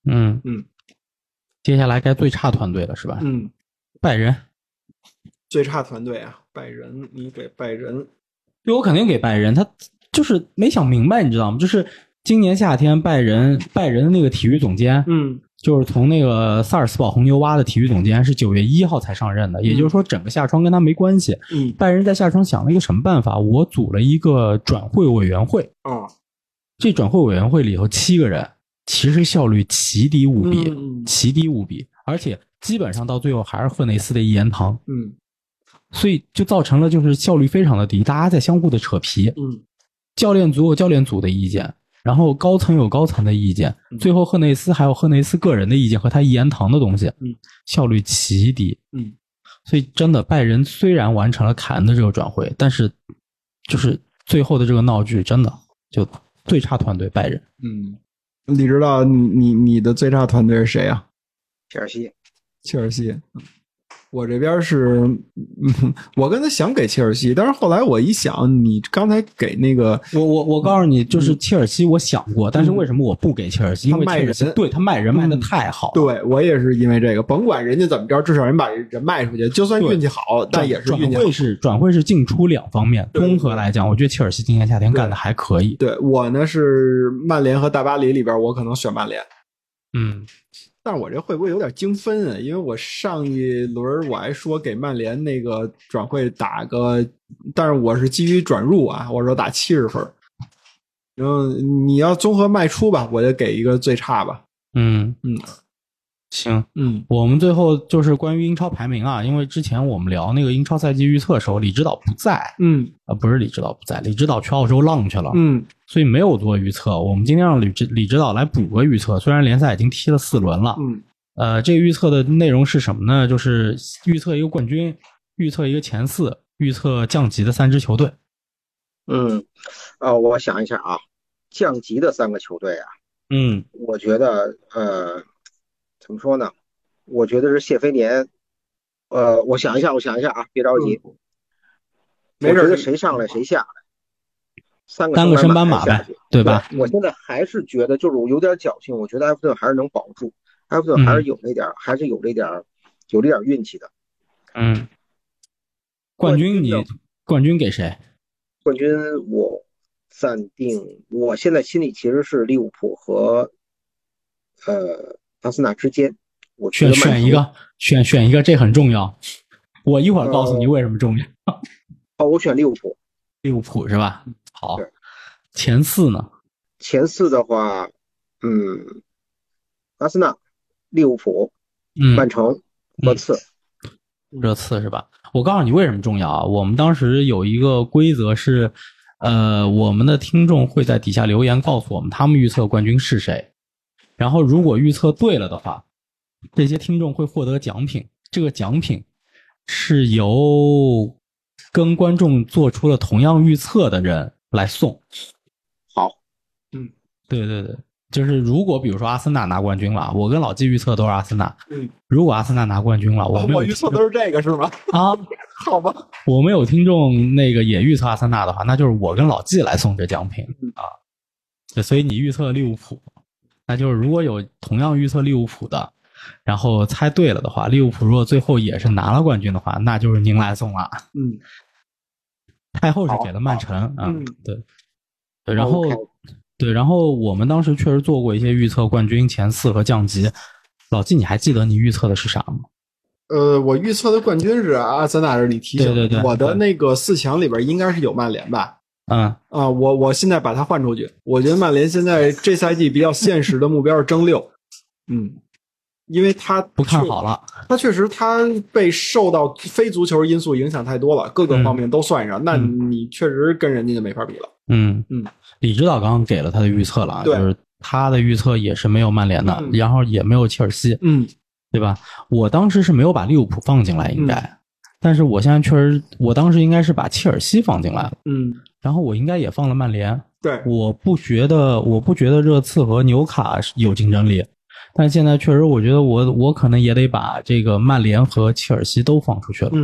Speaker 1: 嗯
Speaker 2: 嗯，
Speaker 1: 接下来该最差团队了是吧？
Speaker 2: 嗯，
Speaker 1: 拜仁，
Speaker 2: 最差团队啊，拜仁，你给拜仁，
Speaker 1: 对我肯定给拜仁，他就是没想明白，你知道吗？就是今年夏天拜仁拜仁的那个体育总监，
Speaker 2: 嗯，
Speaker 1: 就是从那个萨尔斯堡红牛蛙的体育总监是九月一号才上任的，也就是说整个夏窗跟他没关系。
Speaker 2: 嗯，
Speaker 1: 拜仁在夏窗想了一个什么办法？我组了一个转会委员会，
Speaker 2: 啊，
Speaker 1: 这转会委员会里头七个人，其实效率奇低无比，
Speaker 2: 嗯
Speaker 1: 奇低无比，而且基本上到最后还是赫内斯的一言堂。
Speaker 2: 嗯
Speaker 1: 所以就造成了就是效率非常的低，大家在相互的扯皮。
Speaker 2: 嗯，
Speaker 1: 教练组有教练组的意见，然后高层有高层的意见，最后赫内斯还有赫内斯个人的意见和他一言堂的东西，
Speaker 2: 嗯，
Speaker 1: 效率奇低。
Speaker 2: 嗯，
Speaker 1: 所以真的拜仁虽然完成了凯恩的这个转会，但是就是最后的这个闹剧真的就最差团队拜仁。
Speaker 2: 嗯，李指导，你你你的最差团队是谁啊？
Speaker 3: 切尔西，
Speaker 2: 切尔西。我这边是，嗯，我刚才想给切尔西，但是后来我一想，你刚才给那个，
Speaker 1: 我我我告诉你，就是切尔西，我想过，嗯、但是为什么我不给切尔西？因为切尔西对他卖人卖的太好了、
Speaker 2: 嗯。对我也是因为这个，甭管人家怎么着，至少人把人卖出去，就算运气好，但也是运气好。
Speaker 1: 转会是转会是进出两方面，综合来讲，我觉得切尔西今年夏天干的还可以。
Speaker 2: 对, 对我呢是曼联和大巴黎里边，我可能选曼联。
Speaker 1: 嗯。
Speaker 2: 但是我这会不会有点精分啊？因为我上一轮我还说给曼联那个转会打个，但是我是基于转入啊，我说打七十分。然后你要综合卖出吧，我就给一个最差吧。
Speaker 1: 嗯
Speaker 2: 嗯，
Speaker 1: 行，
Speaker 2: 嗯，
Speaker 1: 我们最后就是关于英超排名啊，因为之前我们聊那个英超赛季预测的时候，李指导不在，
Speaker 2: 嗯，
Speaker 1: 啊、呃、不是李指导不在，李指导去澳洲浪去了，
Speaker 2: 嗯。
Speaker 1: 所以没有做预测，我们今天让李指李指导来补个预测。虽然联赛已经踢了四轮了，
Speaker 2: 嗯，
Speaker 1: 呃，这个预测的内容是什么呢？就是预测一个冠军，预测一个前四，预测降级的三支球队。
Speaker 3: 嗯，呃，我想一下啊，降级的三个球队啊，
Speaker 1: 嗯，
Speaker 3: 我觉得呃，怎么说呢？我觉得是谢菲联，呃，我想一下，我想一下啊，别着急，
Speaker 2: 嗯、没事，
Speaker 3: 我觉得谁上来谁下来。三个
Speaker 1: 三个升班马呗，对吧？
Speaker 3: 我现在还是觉得，就是我有点侥幸，我觉得埃弗顿还是能保住，埃弗顿还是有那点、嗯，还是有那点，有这点运气的。
Speaker 1: 嗯，冠军你冠军给谁？
Speaker 3: 冠军我暂定，我现在心里其实是利物浦和呃阿森纳之间，我
Speaker 1: 选选一个，选选一个，这很重要。我一会儿告诉你为什么重要。
Speaker 3: 呃、哦，我选利物浦，
Speaker 1: 利物浦是吧？好，前四呢？
Speaker 3: 前四的话，嗯，阿森纳、利物浦、
Speaker 1: 嗯、
Speaker 3: 曼城、热刺，
Speaker 1: 热刺是吧？我告诉你为什么重要啊！我们当时有一个规则是，呃，我们的听众会在底下留言告诉我们他们预测冠军是谁，然后如果预测对了的话，这些听众会获得奖品，这个奖品是由跟观众做出了同样预测的人来送。
Speaker 3: 好，
Speaker 2: 嗯，
Speaker 1: 对对对，就是如果比如说阿森纳拿冠军了，我跟老季预测都是阿森纳。
Speaker 2: 嗯，
Speaker 1: 如果阿森纳拿冠军了，我们有
Speaker 2: 我预测都是这个是吗？
Speaker 1: 啊，
Speaker 2: 好吧，
Speaker 1: 我们有听众那个也预测阿森纳的话，那就是我跟老季来送这奖品、
Speaker 2: 嗯、
Speaker 1: 啊。对，所以你预测利物浦，那就是如果有同样预测利物浦的，然后猜对了的话，利物浦如果最后也是拿了冠军的话，那就是您来送了。
Speaker 2: 嗯。
Speaker 1: 太后是给了曼城啊、嗯，对，对，然后、
Speaker 3: okay.
Speaker 1: 对，然后我们当时确实做过一些预测，冠军前四和降级。老季，你还记得你预测的是啥吗？
Speaker 2: 呃，我预测的冠军是阿森纳，是你提醒的。
Speaker 1: 对对对，
Speaker 2: 我的那个四强里边应该是有曼联吧？
Speaker 1: 嗯
Speaker 2: 啊，我我现在把它换出去，我觉得曼联现在这赛季比较现实的目标是争六。嗯。因为他
Speaker 1: 不看好了，
Speaker 2: 他确实他被受到非足球因素影响太多了，各个方面都算上，嗯、那你确实跟人家就没法比了。
Speaker 1: 嗯
Speaker 2: 嗯，
Speaker 1: 李指导刚刚给了他的预测了，就是他的预测也是没有曼联的、嗯，然后也没有切尔西，
Speaker 2: 嗯，
Speaker 1: 对吧？我当时是没有把利物浦放进来，应该、嗯，但是我现在确实，我当时应该是把切尔西放进来了，
Speaker 2: 嗯，
Speaker 1: 然后我应该也放了曼联。
Speaker 2: 对，
Speaker 1: 我不觉得，我不觉得热刺和纽卡有竞争力。但现在确实，我觉得我我可能也得把这个曼联和切尔西都放出去了。
Speaker 2: 嗯，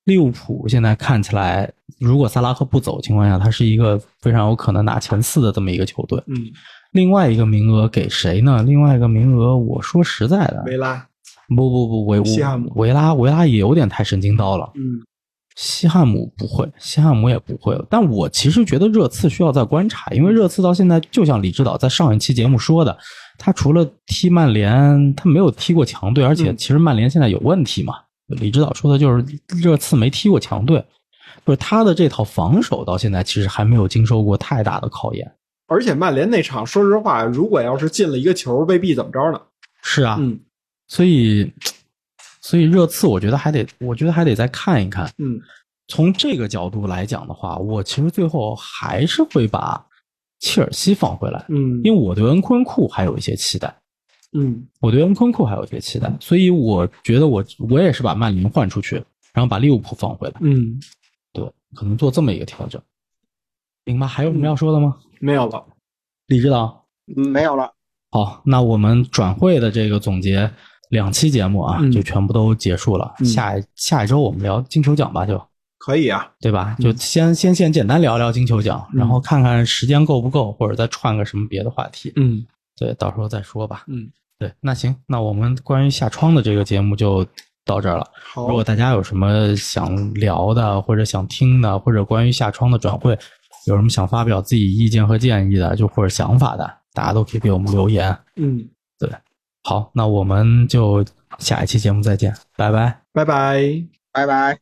Speaker 1: 利物浦现在看起来，如果萨拉赫不走情况下，他是一个非常有可能拿前四的这么一个球队。
Speaker 2: 嗯，
Speaker 1: 另外一个名额给谁呢？另外一个名额，我说实在的，
Speaker 2: 维拉，
Speaker 1: 不不不，维
Speaker 2: 西汉姆
Speaker 1: 维拉维拉也有点太神经刀了。
Speaker 2: 嗯，
Speaker 1: 西汉姆不会，西汉姆也不会。但我其实觉得热刺需要再观察，因为热刺到现在就像李指导在上一期节目说的，他除了踢曼联，他没有踢过强队，而且其实曼联现在有问题嘛。嗯、李指导说的就是热刺没踢过强队，就是他的这套防守到现在其实还没有经受过太大的考验。
Speaker 2: 而且曼联那场，说实话，如果要是进了一个球，未必怎么着呢。
Speaker 1: 是啊，
Speaker 2: 嗯，
Speaker 1: 所以。所以热刺我觉得还得我觉得还得再看一看。
Speaker 2: 嗯，
Speaker 1: 从这个角度来讲的话，我其实最后还是会把切尔西放回来。
Speaker 2: 嗯，
Speaker 1: 因为我对恩昆库还有一些期待。
Speaker 2: 嗯，
Speaker 1: 我对恩昆库还有一些期待，所以我觉得我我也是把曼联换出去，然后把利物浦放回来。
Speaker 2: 嗯，
Speaker 1: 对，可能做这么一个调整。明白？还有什么要说的吗？
Speaker 2: 嗯、没有了。
Speaker 1: 李指导？
Speaker 3: 嗯，没有了。
Speaker 1: 好，那我们转会的这个总结。两期节目啊，
Speaker 2: 嗯、
Speaker 1: 就全部都结束了。
Speaker 2: 嗯、
Speaker 1: 下下一周我们聊金球奖吧，就
Speaker 2: 可以啊，
Speaker 1: 对吧？
Speaker 2: 嗯、
Speaker 1: 就先先先简单聊聊金球奖，嗯、然后看看时间够不够，或者再串个什么别的话题。
Speaker 2: 嗯，
Speaker 1: 对，到时候再说吧。
Speaker 2: 嗯，
Speaker 1: 对，那行，那我们关于下窗的这个节目就到这儿了。
Speaker 2: 好，
Speaker 1: 如果大家有什么想聊的，或者想听的，或者关于下窗的转会有什么想发表自己意见和建议的，就或者想法的，大家都可以给我们留言。
Speaker 2: 嗯，
Speaker 1: 对。好，那我们就下一期节目再见，拜拜，
Speaker 2: 拜拜，
Speaker 3: 拜拜。